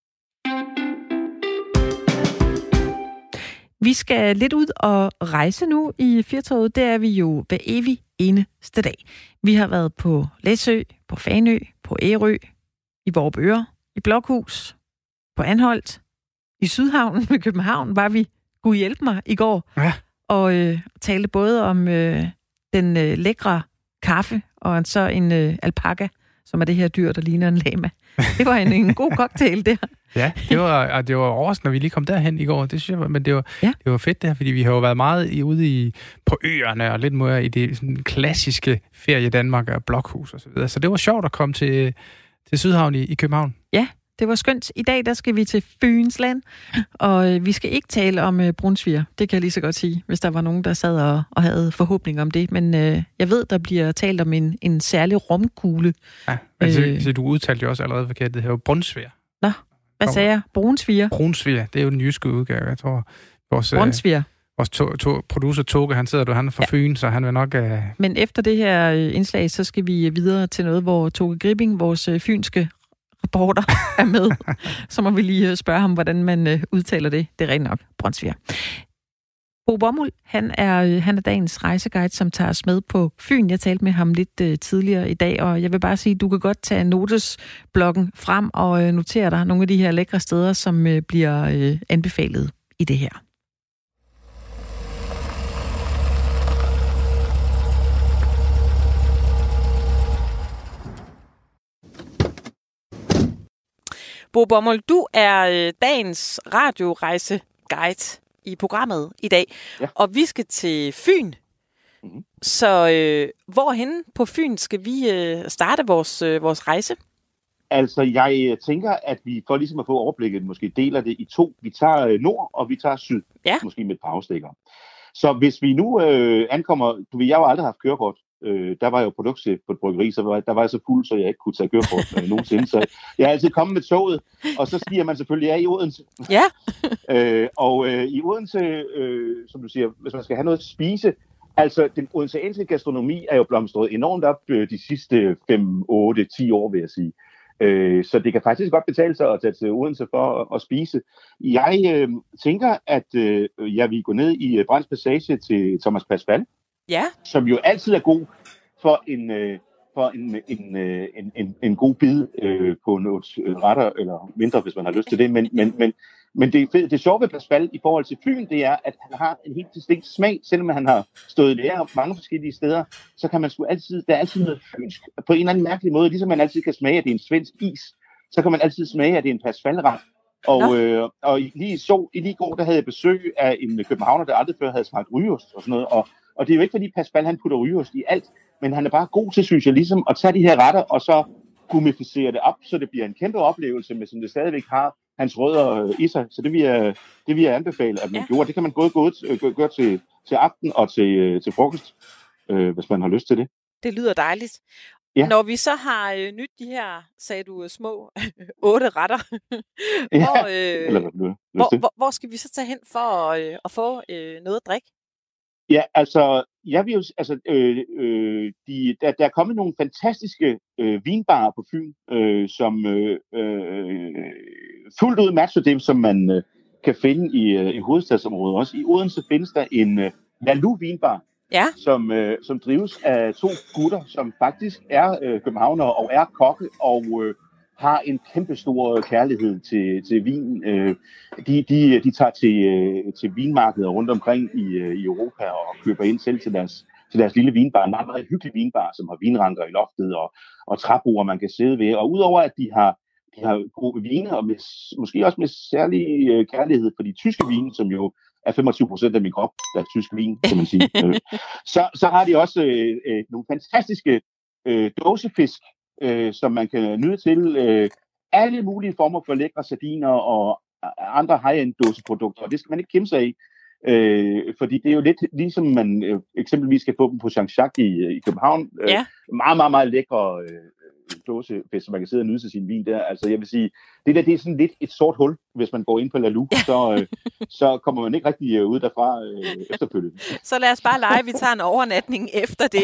Vi skal lidt ud og rejse nu i Firtoget. Det er vi jo hver evig eneste dag. Vi har været på Læsø, på Fanø, på Ærø, i Vorupør, i Blokhus, på Anholt, i Sydhavnen ved København var vi, Gud hjælpe mig, i går. Ja. Og talte både om den lækre kaffe og så en alpaka, som er det her dyr, der ligner en lama. Det var en god cocktail der. Ja, det var overraskende, når vi lige kom derhen i går. Det synes jeg, men det var fedt der, fordi vi har jo været meget ude på øerne og lidt mere i det sådan klassiske ferie Danmark og Blokhus og så videre. Så det var sjovt at komme til Sydhavn i København. Ja, det var skønt. I dag der skal vi til Fyns land, og vi skal ikke tale om brunsviger. Det kan jeg lige så godt sige, hvis der var nogen, der sad og havde forhåbning om det. Men jeg ved, der bliver talt om en særlig romkugle. Ja, altså, du udtalte jo også allerede forkert, det her brunsviger. Nå, hvad sagde jeg? Brunsviger? Brunsviger, det er jo den jyske udgave, jeg tror. Brunsviger. Vores producer Toge, han er fra Fyn, så han vil nok... Men efter det her indslag, så skal vi videre til noget, hvor Toge Gripping, vores fynske reporter, er med. Så må vi lige spørge ham, hvordan man udtaler det. Det er rent nok Brunsviger. Bo Bomuld, han er dagens rejseguide, som tager os med på Fyn. Jeg talte med ham lidt tidligere i dag, og jeg vil bare sige, at du kan godt tage notesblokken frem og notere dig nogle af de her lækre steder, som bliver anbefalet i det her. Bo Bomuld, du er dagens radiorejseguide i programmet i dag, og vi skal til Fyn. Mm-hmm. Så hvorhenne på Fyn skal vi starte vores rejse? Altså, jeg tænker, at vi for ligesom at få overblikket, måske deler det i 2. Vi tager nord, og vi tager syd, måske med et par afstikker. Så hvis vi nu ankommer, jeg har jo aldrig haft kørekort. Der var jo produktchef på et bryggeri, så der var jeg så fuld, så jeg ikke kunne tage kørekort nogensinde. Så jeg er altid kommet med toget, og så stiger man selvfølgelig af i Odense. Ja. I Odense, som du siger, hvis man skal have noget at spise, altså den odenseanske gastronomi er jo blomstret enormt op de sidste 5, 8, 10 år, vil jeg sige. Så det kan faktisk godt betale sig at tage til Odense for at spise. Jeg tænker, at jeg vil gå ned i Brands Passage til Thomas Pasval, som jo altid er god for en god bid på noget retter, eller mindre, hvis man har lyst til det. Men det sjove ved Pasval i forhold til Fyn, det er, at han har en helt distinkt smag. Selvom han har stået i lære mange forskellige steder, så kan man der er altid noget fynsk på en eller anden mærkelig måde. Ligesom man altid kan smage, at det er en svensk is, så kan man altid smage, at det er en Pasval-ret. Og lige i går, der havde jeg besøg af en københavner, der aldrig før havde smagt rygeost og sådan noget. Og det er jo ikke, fordi Pasval han putter rygeost i alt, men han er bare god til, synes jeg, ligesom at tage de her retter, og så gumificere det op, så det bliver en kæmpe oplevelse, men som det stadigvæk har hans rødder i sig. Så det vil jeg anbefale, at man gjorde. Det kan man gøre til aften og til frokost, hvis man har lyst til det. Det lyder dejligt. Ja. Når vi så har nyt de her, sagde du, små 8 retter, hvor skal vi så tage hen for at få noget at drikke? Ja, altså, jeg vil jo, der er kommet nogle fantastiske vinbarer på Fyn, som fuldt ud matcher det, som man kan finde i hovedstadsområdet også. I Odense findes der en Lalu vinbar, som drives af 2 gutter, som faktisk er københavnere og er kokke og har en kæmpe stor kærlighed til vin. De tager til vinmarkeder rundt omkring i Europa og køber ind selv til deres lille vinbar. En meget, meget hyggelig vinbar, som har vinranker i loftet og træbord, man kan sidde ved. Og udover at de har gode vine, og måske også med særlig kærlighed for de tyske vine, som jo er 25% af min krop, der er tysk vin, kan man sige. Så har de også nogle fantastiske dåsefisk, som man kan nyde til. Alle mulige former for lækre sardiner og andre high-end dåseprodukter, og det skal man ikke kæmpe sig af. Fordi det er jo lidt ligesom man eksempelvis skal få dem på Jean-Jacques i København. Meget, meget, meget lækre dåsefisk, som man kan sidde og nyde til sin vin der. Altså jeg vil sige, det er sådan lidt et sort hul, hvis man går ind på Lalu, så kommer man ikke rigtig ud derfra efterfølgende. Så lad os bare lege, vi tager en overnatning efter det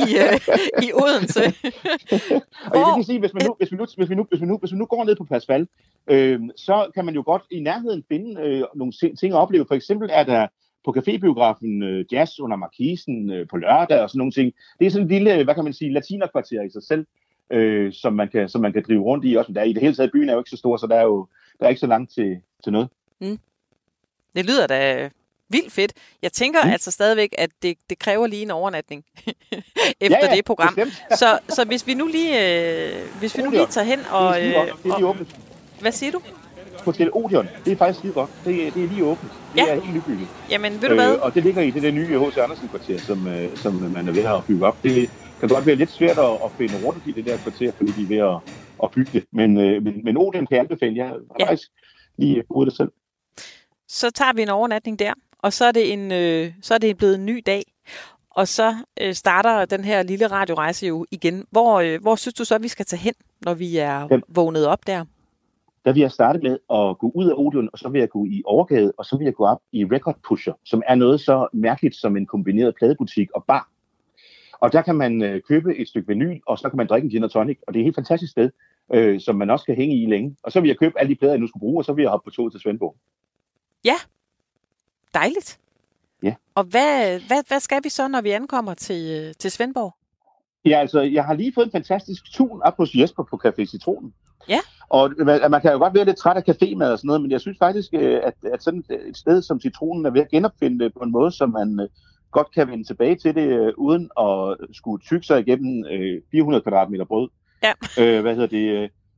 i Odense. Og jeg vil sige, hvis man nu går ned på Pasval, så kan man jo godt i nærheden finde nogle ting at opleve. For eksempel er der på cafébiografen jazz under markisen på lørdag og sådan nogle ting. Det er sådan en lille, hvad kan man sige, latinerkvarter i sig selv, som man kan drive rundt i. Også der i det hele taget, byen er jo ikke så stor, så der er ikke så langt til noget. Mm. Det lyder da vildt fedt. Jeg tænker altså stadigvæk, at det kræver lige en overnatning efter det program. Så hvis vi nu lige tager hen og... Det er lige åbent. Hvad siger du? Hotel Odeon, det er faktisk lige godt. Det er lige åbent. Det er helt nybygget. Jamen, ved du hvad? Og det ligger i det der nye H.C. Andersen-kvarter, som man er ved at bygge op. Det kan godt være lidt svært at finde rundt i det der kvarter, fordi de er ved at bygge det. Men Odeon kan jeg anbefale. Jeg har faktisk lige brugt det selv. Så tager vi en overnatning der, og så er det blevet en ny dag. Og så starter den her lille radiorejse jo igen. Hvor synes du så, vi skal tage hen, når vi er vågnet op der? Der vil jeg starte med at gå ud af Odeon, og så vil jeg gå i Overgade, og så vil jeg gå op i Record Pusher, som er noget så mærkeligt som en kombineret pladebutik og bar. Og der kan man købe et stykke vinyl, og så kan man drikke en gin og tonic, og det er et helt fantastisk sted, som man også kan hænge i længe. Og så vil jeg købe alle de plader, jeg nu skulle bruge, og så vil jeg hoppe på toget til Svendborg. Ja, dejligt. Ja. Og hvad skal vi så, når vi ankommer til Svendborg? Ja, altså, jeg har lige fået en fantastisk tun op hos Jesper på Café Citronen. Ja. Og man kan jo godt være lidt træt af cafémad og sådan noget, men jeg synes faktisk, at sådan et sted som Citronen er ved at genopfinde det på en måde, så man godt kan vende tilbage til det, uden at skulle tygge sig igennem 400 kvadratmeter brød. Ja.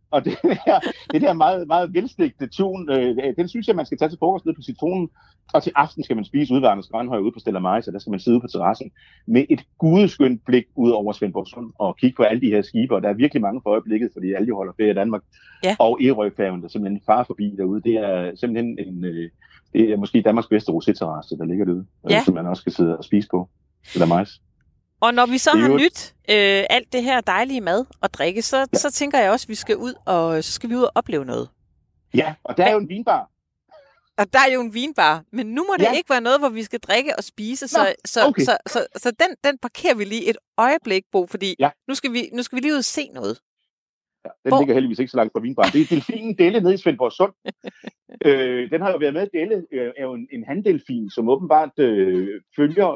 Og det der meget, meget velstigte tune, den synes jeg, man skal tage til frokost ned på Citronen, og til aften skal man spise ude ved Anders Grønhøj ude på Stella Maris, og der skal man sidde på terrassen med et gudeskønt blik ud over Svendborg Sund og kigge på alle de her skibe, og der er virkelig mange for øjeblikket, fordi alle holder ferie i Danmark. Ja. Og Ærøfærgen, der simpelthen far forbi derude, det er simpelthen det er måske Danmarks bedste roséterrasse, der ligger derude, som man også skal sidde og spise på Stella Maris. Og når vi så har nyt alt det her dejlige mad og drikke, så tænker jeg også, at vi skal ud og opleve noget. Ja, og der er jo en vinbar. Og der er jo en vinbar, men nu må det ikke være noget, hvor vi skal drikke og spise, så den parkerer vi lige et øjeblik, Bo, fordi nu skal vi lige ud og se noget. Ja, den ligger heldigvis ikke så langt fra vinbaren. Det er delfinen Delle nede i Svendborg Sund. Den har jo været med. Delle er jo en handdelfin, som åbenbart følger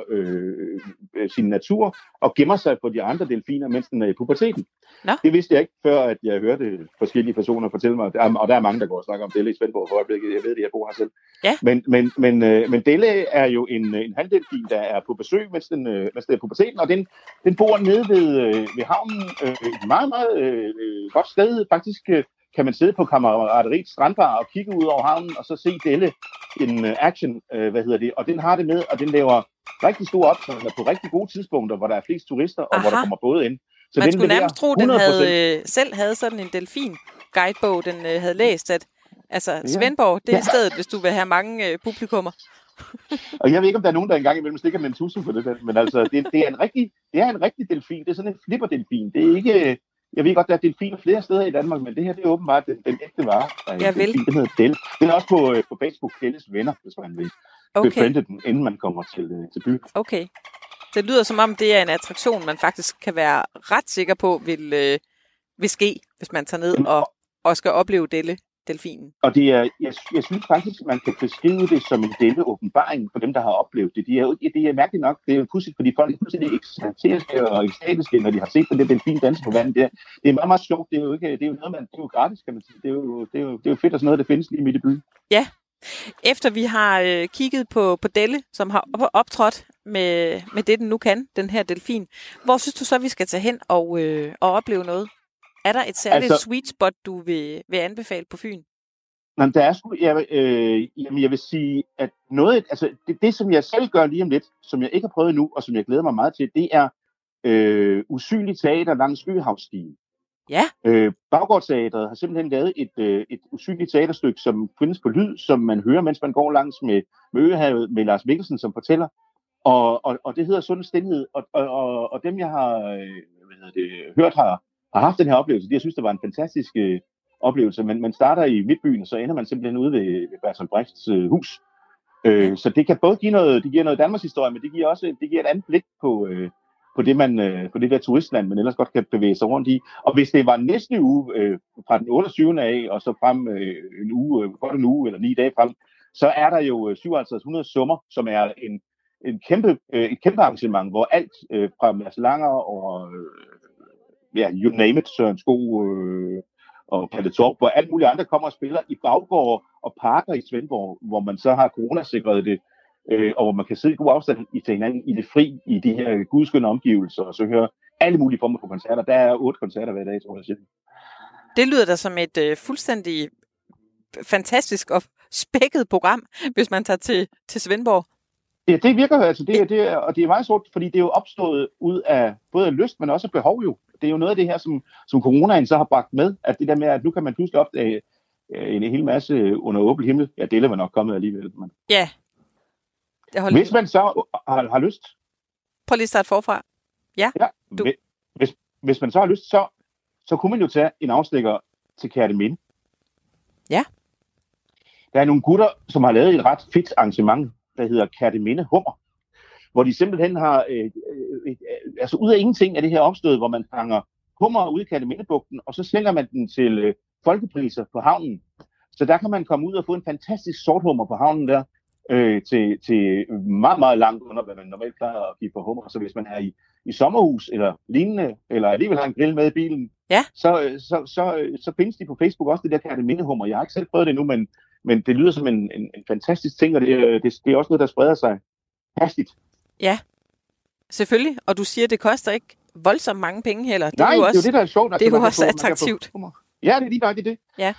sin natur og gemmer sig på de andre delfiner, mens den er i puberteten. Nå. Det vidste jeg ikke, før at jeg hørte forskellige personer fortælle mig. Og der er mange, der går og snakker om Delle i Svendborg for øjeblikket. Jeg ved det, jeg bor her selv. Ja. Men Delle er jo en handdelfin, der er på besøg, mens den er i puberteten, og den bor nede ved havnen. Et meget, meget godt sted. Faktisk kan man sidde på Kammerateriets strandbar og kigge ud over havnen, og så se Delle en action, og den har det med, og den laver rigtig store optrædener på rigtig gode tidspunkter, hvor der er flest turister, og hvor der kommer både ind. Så man skulle nærmest tro, den selv havde sådan en delfin-guidebog, den havde læst, at Svendborg, det er stedet, hvis du vil have mange publikummer. Og jeg ved ikke, om der er nogen, der engang imellem stikker med en tusse for det, men altså, det er en rigtig delfin. Det er sådan en flipperdelfin. Det er ikke... Jeg ved godt, der er delfiner flere steder i Danmark, men det her det er åbenbart den ægte vare. Jeg vil. Den hedder Delle. Den er også på Facebook, Delles venner, hvis man vil befriende den, inden man kommer til byen. Okay. Det lyder som om, det er en attraktion, man faktisk kan være ret sikker på vil ske, hvis man tager ned og skal opleve delfinen. Og det er, jeg synes faktisk, man kan beskrive det som en Delle-åbenbaring for dem, der har oplevet det. Det er mærkeligt nok. Det er jo pudsigt, fordi folk er fuldstændig ekstatiske og ekstatiske, når de har set det delfin danse på vandet. Det er meget, meget sjovt. Det er jo noget, det er jo gratis, kan man sige. Det er jo fedt, at sådan noget, der findes lige midt i byen. Ja. Efter vi har kigget på Delle, som har optrådt med det, den nu kan, den her delfin, hvor synes du så, vi skal tage hen og opleve noget? Er der et særligt sweet spot, du vil anbefale på Fyn? Der er sgu, jeg vil sige, at noget, altså det, som jeg selv gør lige om lidt, som jeg ikke har prøvet nu, og som jeg glæder mig meget til, det er usynligt teater langs Øhavsstien. Ja. Baggårdsteatret har simpelthen lavet et usynligt teaterstykke, som findes på lyd, som man hører, mens man går langs med Øhavet, med Lars Mikkelsen, som fortæller. Og det hedder Sund Stilhed. Og dem, jeg har hørt, har haft den her oplevelse. Jeg synes, det var en fantastisk oplevelse. Men man starter i Midtbyen, og så ender man simpelthen ude ved Bertolt Brechts hus. Så det kan både give noget Danmarks historie, men det giver et andet blik på det der turistland, man ellers godt kan bevæge sig rundt i. Og hvis det var næste uge, fra den 28. af, og så frem godt en uge eller 9 dage frem, så er der jo 5700 summer, som er et kæmpe arrangement, hvor alt fra Mads Langer og you name it, Søren Sko og Palle Torp, hvor alt muligt andre kommer og spiller i baggård og parker i Svendborg, hvor man så har coronasikret det, og hvor man kan sidde i god afstand til hinanden i det fri, i de her gudskønne omgivelser, og så høre alle mulige former for koncerter. Der er 8 koncerter hver dag, tror jeg. Det lyder da som et fuldstændig fantastisk og spækket program, hvis man tager til Svendborg. Ja, det virker altså, og det er meget sort, fordi det er jo opstået ud af både lyst, men også behov jo. Det er jo noget af det her, som coronaen så har bragt med, at det der med, at nu kan man pludselig opdage en hel masse under åben himmel. Ja, det var nok kommet alligevel. Men... Ja. Hvis man så har lyst... Prøv lige at starte forfra. Ja. Hvis man så har lyst, så kunne man jo tage en afstikker til Kerteminde. Ja. Der er nogle gutter, som har lavet et ret fedt arrangement, der hedder Kerteminde Hummer, hvor de simpelthen har, altså ud af ingenting af det her opstået, hvor man fanger hummer ude i Kertemindebugten, og så sælger man den til folkepriser på havnen. Så der kan man komme ud og få en fantastisk sorthummer på havnen der, til meget, meget langt under, hvad man normalt plejer at give på hummer. Så hvis man er i sommerhus eller lignende, eller alligevel har en grill med i bilen, så findes de på Facebook også, det der Kerteminde Hummer. Jeg har ikke selv prøvet det nu, men det lyder som en fantastisk ting, og det er også noget, der spreder sig hastigt. Ja, selvfølgelig. Og du siger, det koster ikke voldsomt mange penge heller. Det Nej, er jo også, det er jo det, der er sjovt. Det er jo også attraktivt. Ja, det er lige nok det. Ja.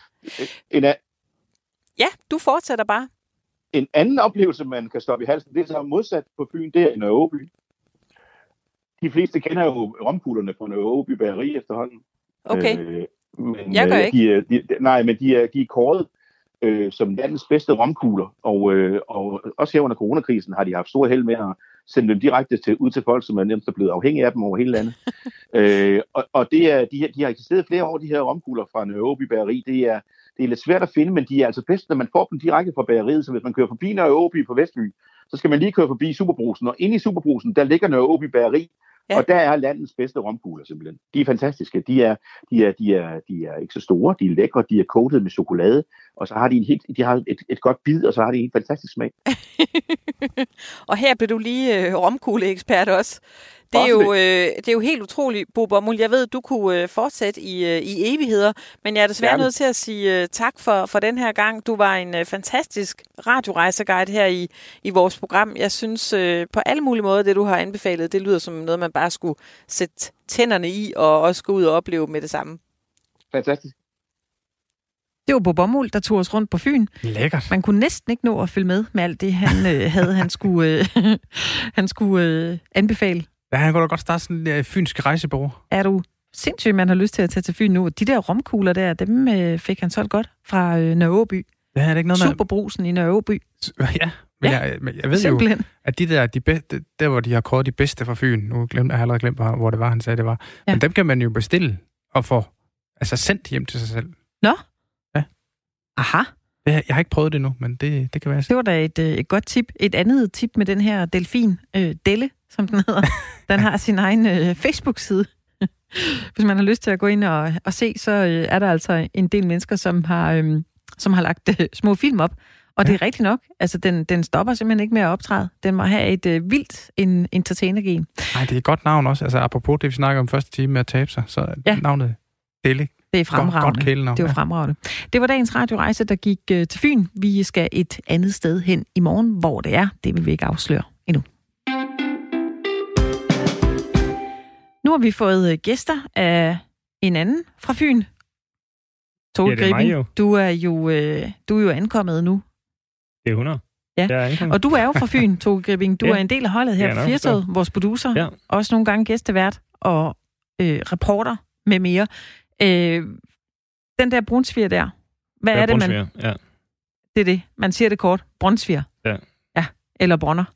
Ja, du fortsætter bare. En anden oplevelse, man kan stoppe i halsen, det er så modsat på Fyn, det er i Nørre Aaby. De fleste kender jo romkuglerne på Nørre Aaby Bageri efterhånden. Okay. Men, jeg gør ikke. Men de er kåret som landets bedste romkugler, og også her under coronakrisen har de haft stor held med at sende dem direkte ud til folk, som er nemt blevet afhængige af dem over hele landet. Og de har eksisteret flere år, de her romkugler fra Nørre Aaby Bageri. Det er lidt svært at finde, men de er altså bedst, når man får dem direkte fra bageriet. Så hvis man kører forbi Nørre Aaby på Vestby, så skal man lige køre forbi Superbrusen, og inde i Superbrusen, der ligger Nørre Aaby Bageri. Ja. Og der er landets bedste romkugler simpelthen. De er fantastiske. De er ikke så store, de er lækre, de er coated med chokolade, og så har de har et godt bid, og så har de en fantastisk smag. Og her blev du lige romkugleekspert også. Det er jo helt utroligt, Bo Bomuld. Jeg ved, du kunne fortsætte i evigheder, men jeg er desværre nødt til at sige tak for den her gang. Du var en fantastisk radiorejseguide her i vores program. Jeg synes på alle mulige måder, det du har anbefalet, det lyder som noget, man bare skulle sætte tænderne i og også gå ud og opleve med det samme. Fantastisk. Det var Bo Bomuld, der tog os rundt på Fyn. Lækkert. Man kunne næsten ikke nå at følge med alt det, han skulle anbefale. Ja, han kunne da godt starte sådan en fynsk rejsebureau. Er du sindssygt, man har lyst til at tage til Fyn nu? De der romkugler der, dem fik han solgt godt fra Nørre Aaby. Ja, er det ikke noget med... Superbrusen i Nørre Aaby. Ja, men jeg ved simpelthen. Jo, at der hvor de har kåret de bedste fra Fyn, nu jeg har allerede glemt, hvor det var, han sagde, det var. Ja. Men dem kan man jo bestille og få sendt hjem til sig selv. Nå? Ja. Aha. Jeg har ikke prøvet det nu, men det kan være. Det var da et godt tip. Et andet tip med den her delfin, Delle, som den hedder. Den har sin egen Facebook-side. Hvis man har lyst til at gå ind og se, så er der altså en del mennesker, som har lagt små film op. Og det er rigtigt nok. Altså, den stopper simpelthen ikke med at optræde. Den må have et vildt entertainer-gen. Nej, det er et godt navn også. Altså, apropos det, vi snakker om første time med at tabe sig, så navnet Delle. Det er fremragende. Godt kælenavn. Det var fremragende. Det var dagens radiorejse, der gik til Fyn. Vi skal et andet sted hen i morgen. Hvor det er, det vil vi ikke afsløre endnu. Nu har vi fået gæster af en anden fra Fyn. Toge Gripping, du er jo ankommet nu. Det er 100. Ja, og du er jo fra Fyn, Toge Gripping. Du er en del af holdet her på Firtoget, vores producer. Ja. Også nogle gange gæstevært og reporter med mere. Den der brunsviger der, hvad er det, man... Ja. Det er det. Man siger det kort. Brunsviger. Ja. Ja. Eller brønner.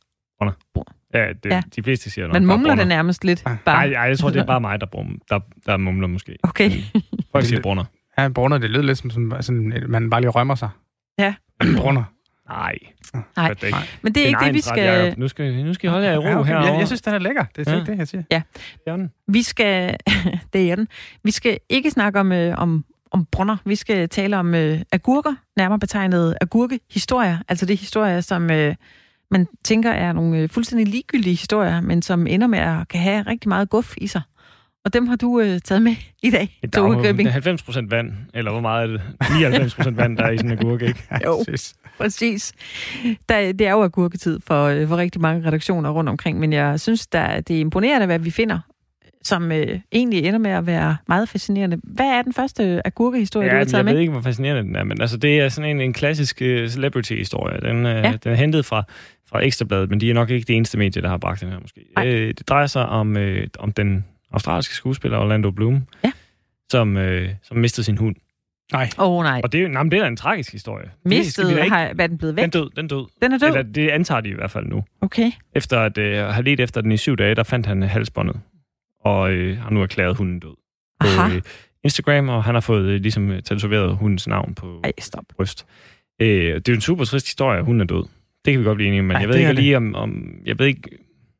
Ja, de fleste siger nok. Man mumler det nærmest lidt. Nej, jeg tror, det er bare mig, der mumler måske. Okay. Folk siger brunner. Ja, brunner, det lyder lidt som sådan, man bare lige rømmer sig. Ja. Brunner. Nej. Men det er ikke det, vi skal... Nu skal I holde jer i ro herovre. Jeg synes, den er lækker. Det er ikke det, jeg siger. Ja. Vi skal... Det er den. Vi skal ikke snakke om brunner. Vi skal tale om agurker, nærmere betegnet agurkehistorier. Altså det historier, som man tænker er nogle fuldstændig ligegyldige historier, men som ender med at kan have rigtig meget guf i sig. Og dem har du taget med i dag. Det er 90% vand, eller hvor meget er det? 99% vand, der er i sådan en agurke, ikke? Jo, præcis. Det er jo agurketid for rigtig mange redaktioner rundt omkring, men jeg synes, det er imponerende, hvad vi finder, som egentlig ender med at være meget fascinerende. Hvad er den første agurkehistorie, du har taget med? Jeg ved ikke, hvor fascinerende den er, men altså, det er sådan en klassisk celebrity-historie. Den er hentet fra Ekstrabladet, men de er nok ikke det eneste medie, der har bragt den her måske. Det drejer sig om den australske skuespiller Orlando Bloom, som mistede sin hund. Nej. Nej. Og det er en tragisk historie. Hvad er den blevet væk? Den død. Den er død? Eller det antager de i hvert fald nu. Okay. Efter at have ledt efter den i 7 dage, der fandt han halsbåndet. Og har nu erklæret hunden død. På Instagram, og han har fået ligesom tatoveret hundens navn på bryst. Det er jo en super trist historie, at hunden er død. Det kan vi godt blive enige om, men jeg ved ikke lige om... Jeg ved ikke...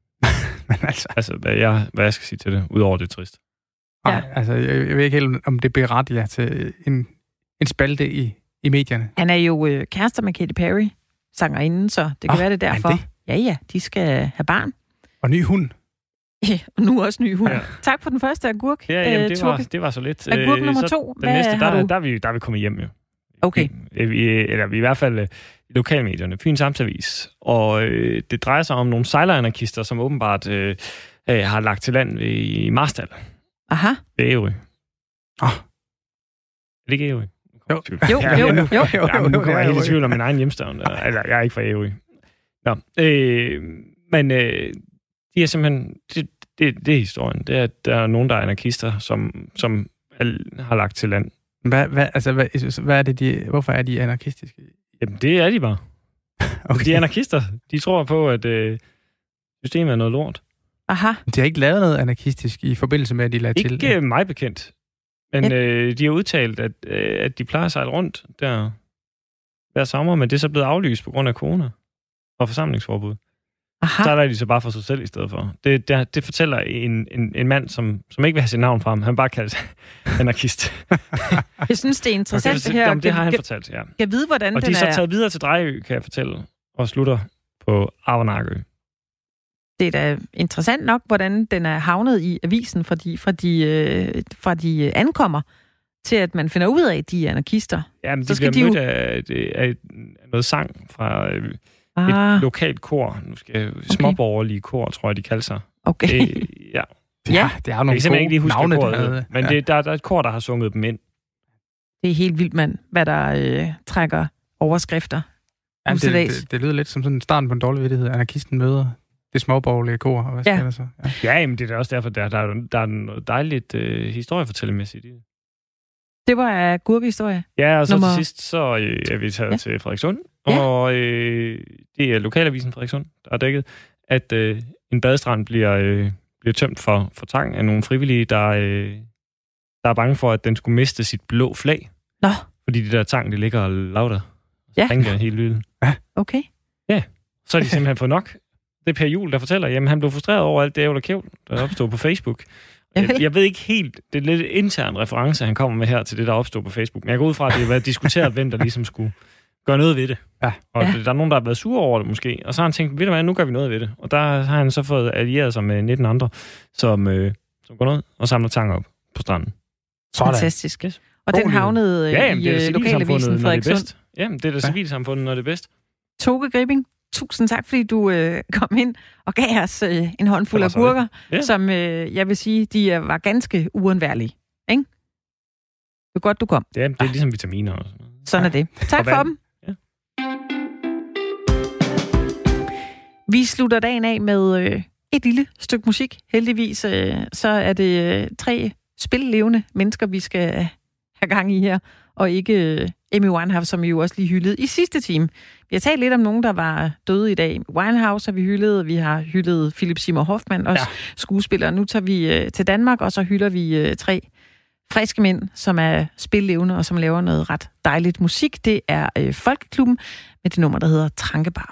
altså hvad jeg skal sige til det, udover det er trist. Nej, altså jeg ved ikke helt, om det berettiger til en spalte i medierne. Han er jo kærester med Katy Perry, sangerinden, så det kan være det derfor. Ja, de skal have barn. Og ny hund. Ja, og nu også ny hund. Ja. Tak for den første agurk. Ja, jamen, det var så lidt. Agurk nummer 2, den næste, der er vi kommet hjem jo. Okay. Vi i hvert fald i lokalmedierne, Fyns Amtsavis. Og det drejer sig om nogle sejleranarkister, som åbenbart har lagt til land i Marstal. Aha. Ved Ærø. det ikke Ærø? Jo. Men nu kommer jeg helt i tvivl om min egen hjemstavn. Altså, jeg er ikke fra Ærø. Nå, men de er simpelhen... Det er historien. Det er, at der er nogen, der er anarkister, som har lagt til land. Hvad er det, hvorfor er de anarkistiske? Jamen, det er de bare. Okay. De er anarkister. De tror på, at systemet er noget lort. Aha. De har ikke lavet noget anarkistisk i forbindelse med, at de lagde til? Ikke mig bekendt. Men de har udtalt, at de plejer at sejle rundt der hver sommer, men det er så blevet aflyst på grund af corona og forsamlingsforbud. Aha. Så er de så bare for sig selv i stedet for. Det fortæller en mand, som ikke vil have sit navn frem. Han bare kalder sig anarkist. Jeg synes, det er interessant det her. Jamen, det har han fortalt, ja. Jeg ved, hvordan og den de er så taget videre til Drejø, kan jeg fortælle, og slutter på Avernakø. Det er da interessant nok, hvordan den er havnet i avisen, fra de ankommer til, at man finder ud af, at de er anarkister. Ja, men de bliver mødt af noget sang fra et lokalt kor. Nu skal jeg småborgerlige kor, tror jeg, de kalder sig. Okay. Ja. Det er jo nogle gode navne, koret, men der er et kor, der har sunget dem ind. Det er helt vildt, mand, hvad der trækker overskrifter. Jamen, det lyder lidt som sådan starten på en dårlig vittighed. Anarkisten møder det småborgerlige kor, og hvad skal der så? Ja, men det er også derfor, der er noget dejligt historiefortællemæssigt i det. Det var gurkehistorie. Ja, og så til sidst, så er vi taget til Frederikssund, og det er lokalavisen Frederikssund, der er dækket, at en badestrand bliver tømt for tang af nogle frivillige, der er bange for, at den skulle miste sit blå flag. Nå. Fordi de der tang, det ligger og lavter. Springer helt lyden. Ja. Okay. Ja, så er de simpelthen fået nok. Det er Per Juhl, der fortæller, jamen han blev frustreret over alt det ævl og kævl, der opstod på Facebook. Jeg ved ikke helt, det er lidt intern reference, han kommer med her til det, der opstod på Facebook. Men jeg går ud fra, at det har været diskuteret, hvem der ligesom skulle gøre noget ved det. Ja. Og der er nogen, der har været sure over det måske. Og så har han tænkt, ved du hvad, nu gør vi noget ved det. Og der har han så fået allieret sig med 19 andre, som går ned og samler tang op på stranden. Sådan. Fantastisk. Yes. Og den havnede i lokalavisen Frederikssund. Jamen, det er da civilsamfundet, når det er bedst. Toge Gripping, tusind tak, fordi du kom ind og gav os en håndfuld af gurker, som jeg vil sige, de var ganske uundværlige. Ikke? Det er godt, du kom. Det er ligesom vitaminer og sådan noget. Sådan er det. Tak for dem. Ja. Vi slutter dagen af med et lille stykke musik. Heldigvis så er det 3 spillelevende mennesker, vi skal have gang i her, og ikke Amy Winehouse, som vi jo også lige hyldede i sidste time. Vi har talt lidt om nogen, der var døde i dag. Winehouse har vi hyldet, vi har hyldet Philip Seymour Hoffman, også skuespiller. Nu tager vi til Danmark, og så hylder vi 3 friske mænd, som er spillelevende, og som laver noget ret dejligt musik. Det er Folkeklubben med det nummer, der hedder Trankebar.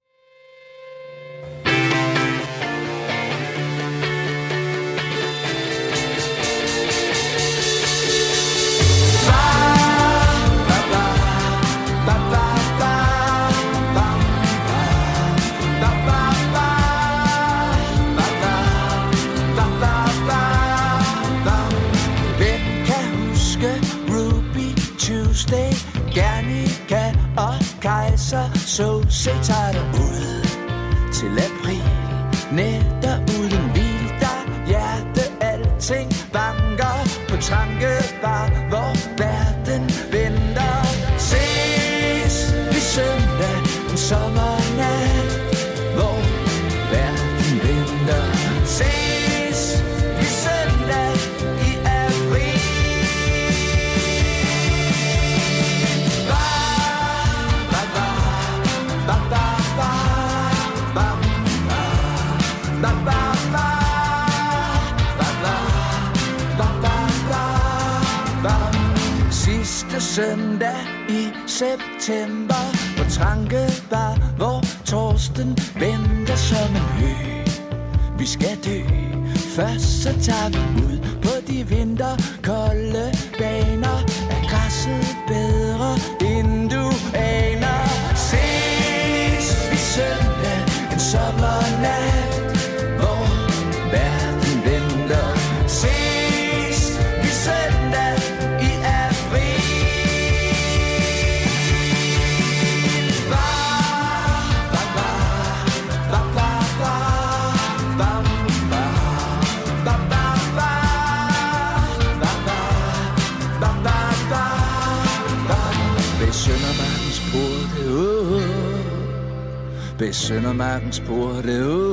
Så se tager dig ud til april. Nætter uden hvil, der hjerte alting banker på Trankebar, hvor verden venter. Ses vi søndag en sommernat, hvor verden venter. Ses vi søndag i april. Sidste søndag i september på Trankebar, hvor Torsten venter som en hø. Vi skal dø, først så tager vi ud på de vinterkolde baner. Er græsset bedre, end du aner? Ses vi søndag en sommernat, hvor verden venter. Ses vi søndag i april. Ba, ba, ba, ba, ba, ba, ba, ba, ba, ba, ba. bag Søndermarkens porte.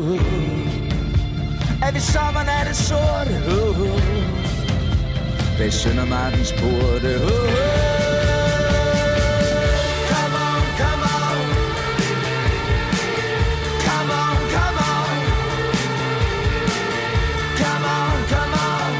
Er vi sommeren af det sorte? Bag Søndermarkens porte. Come on, come on. Come on, come on. Come on, come on.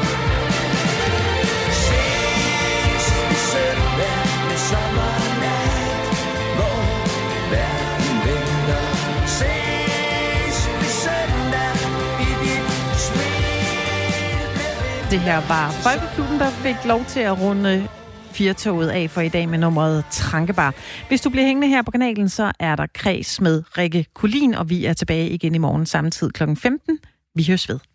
Ses i søndag med sommernat, hvor verden venter. Ses i søndag i dit smil. Det her var Folkeklubben, der fik lov til at runde Firtoget af for i dag med nummeret Trankebar. Hvis du bliver hængende her på kanalen, så er der Kreds med Rikke Kulin, og vi er tilbage igen i morgen samme tid kl. 15. Vi høres ved.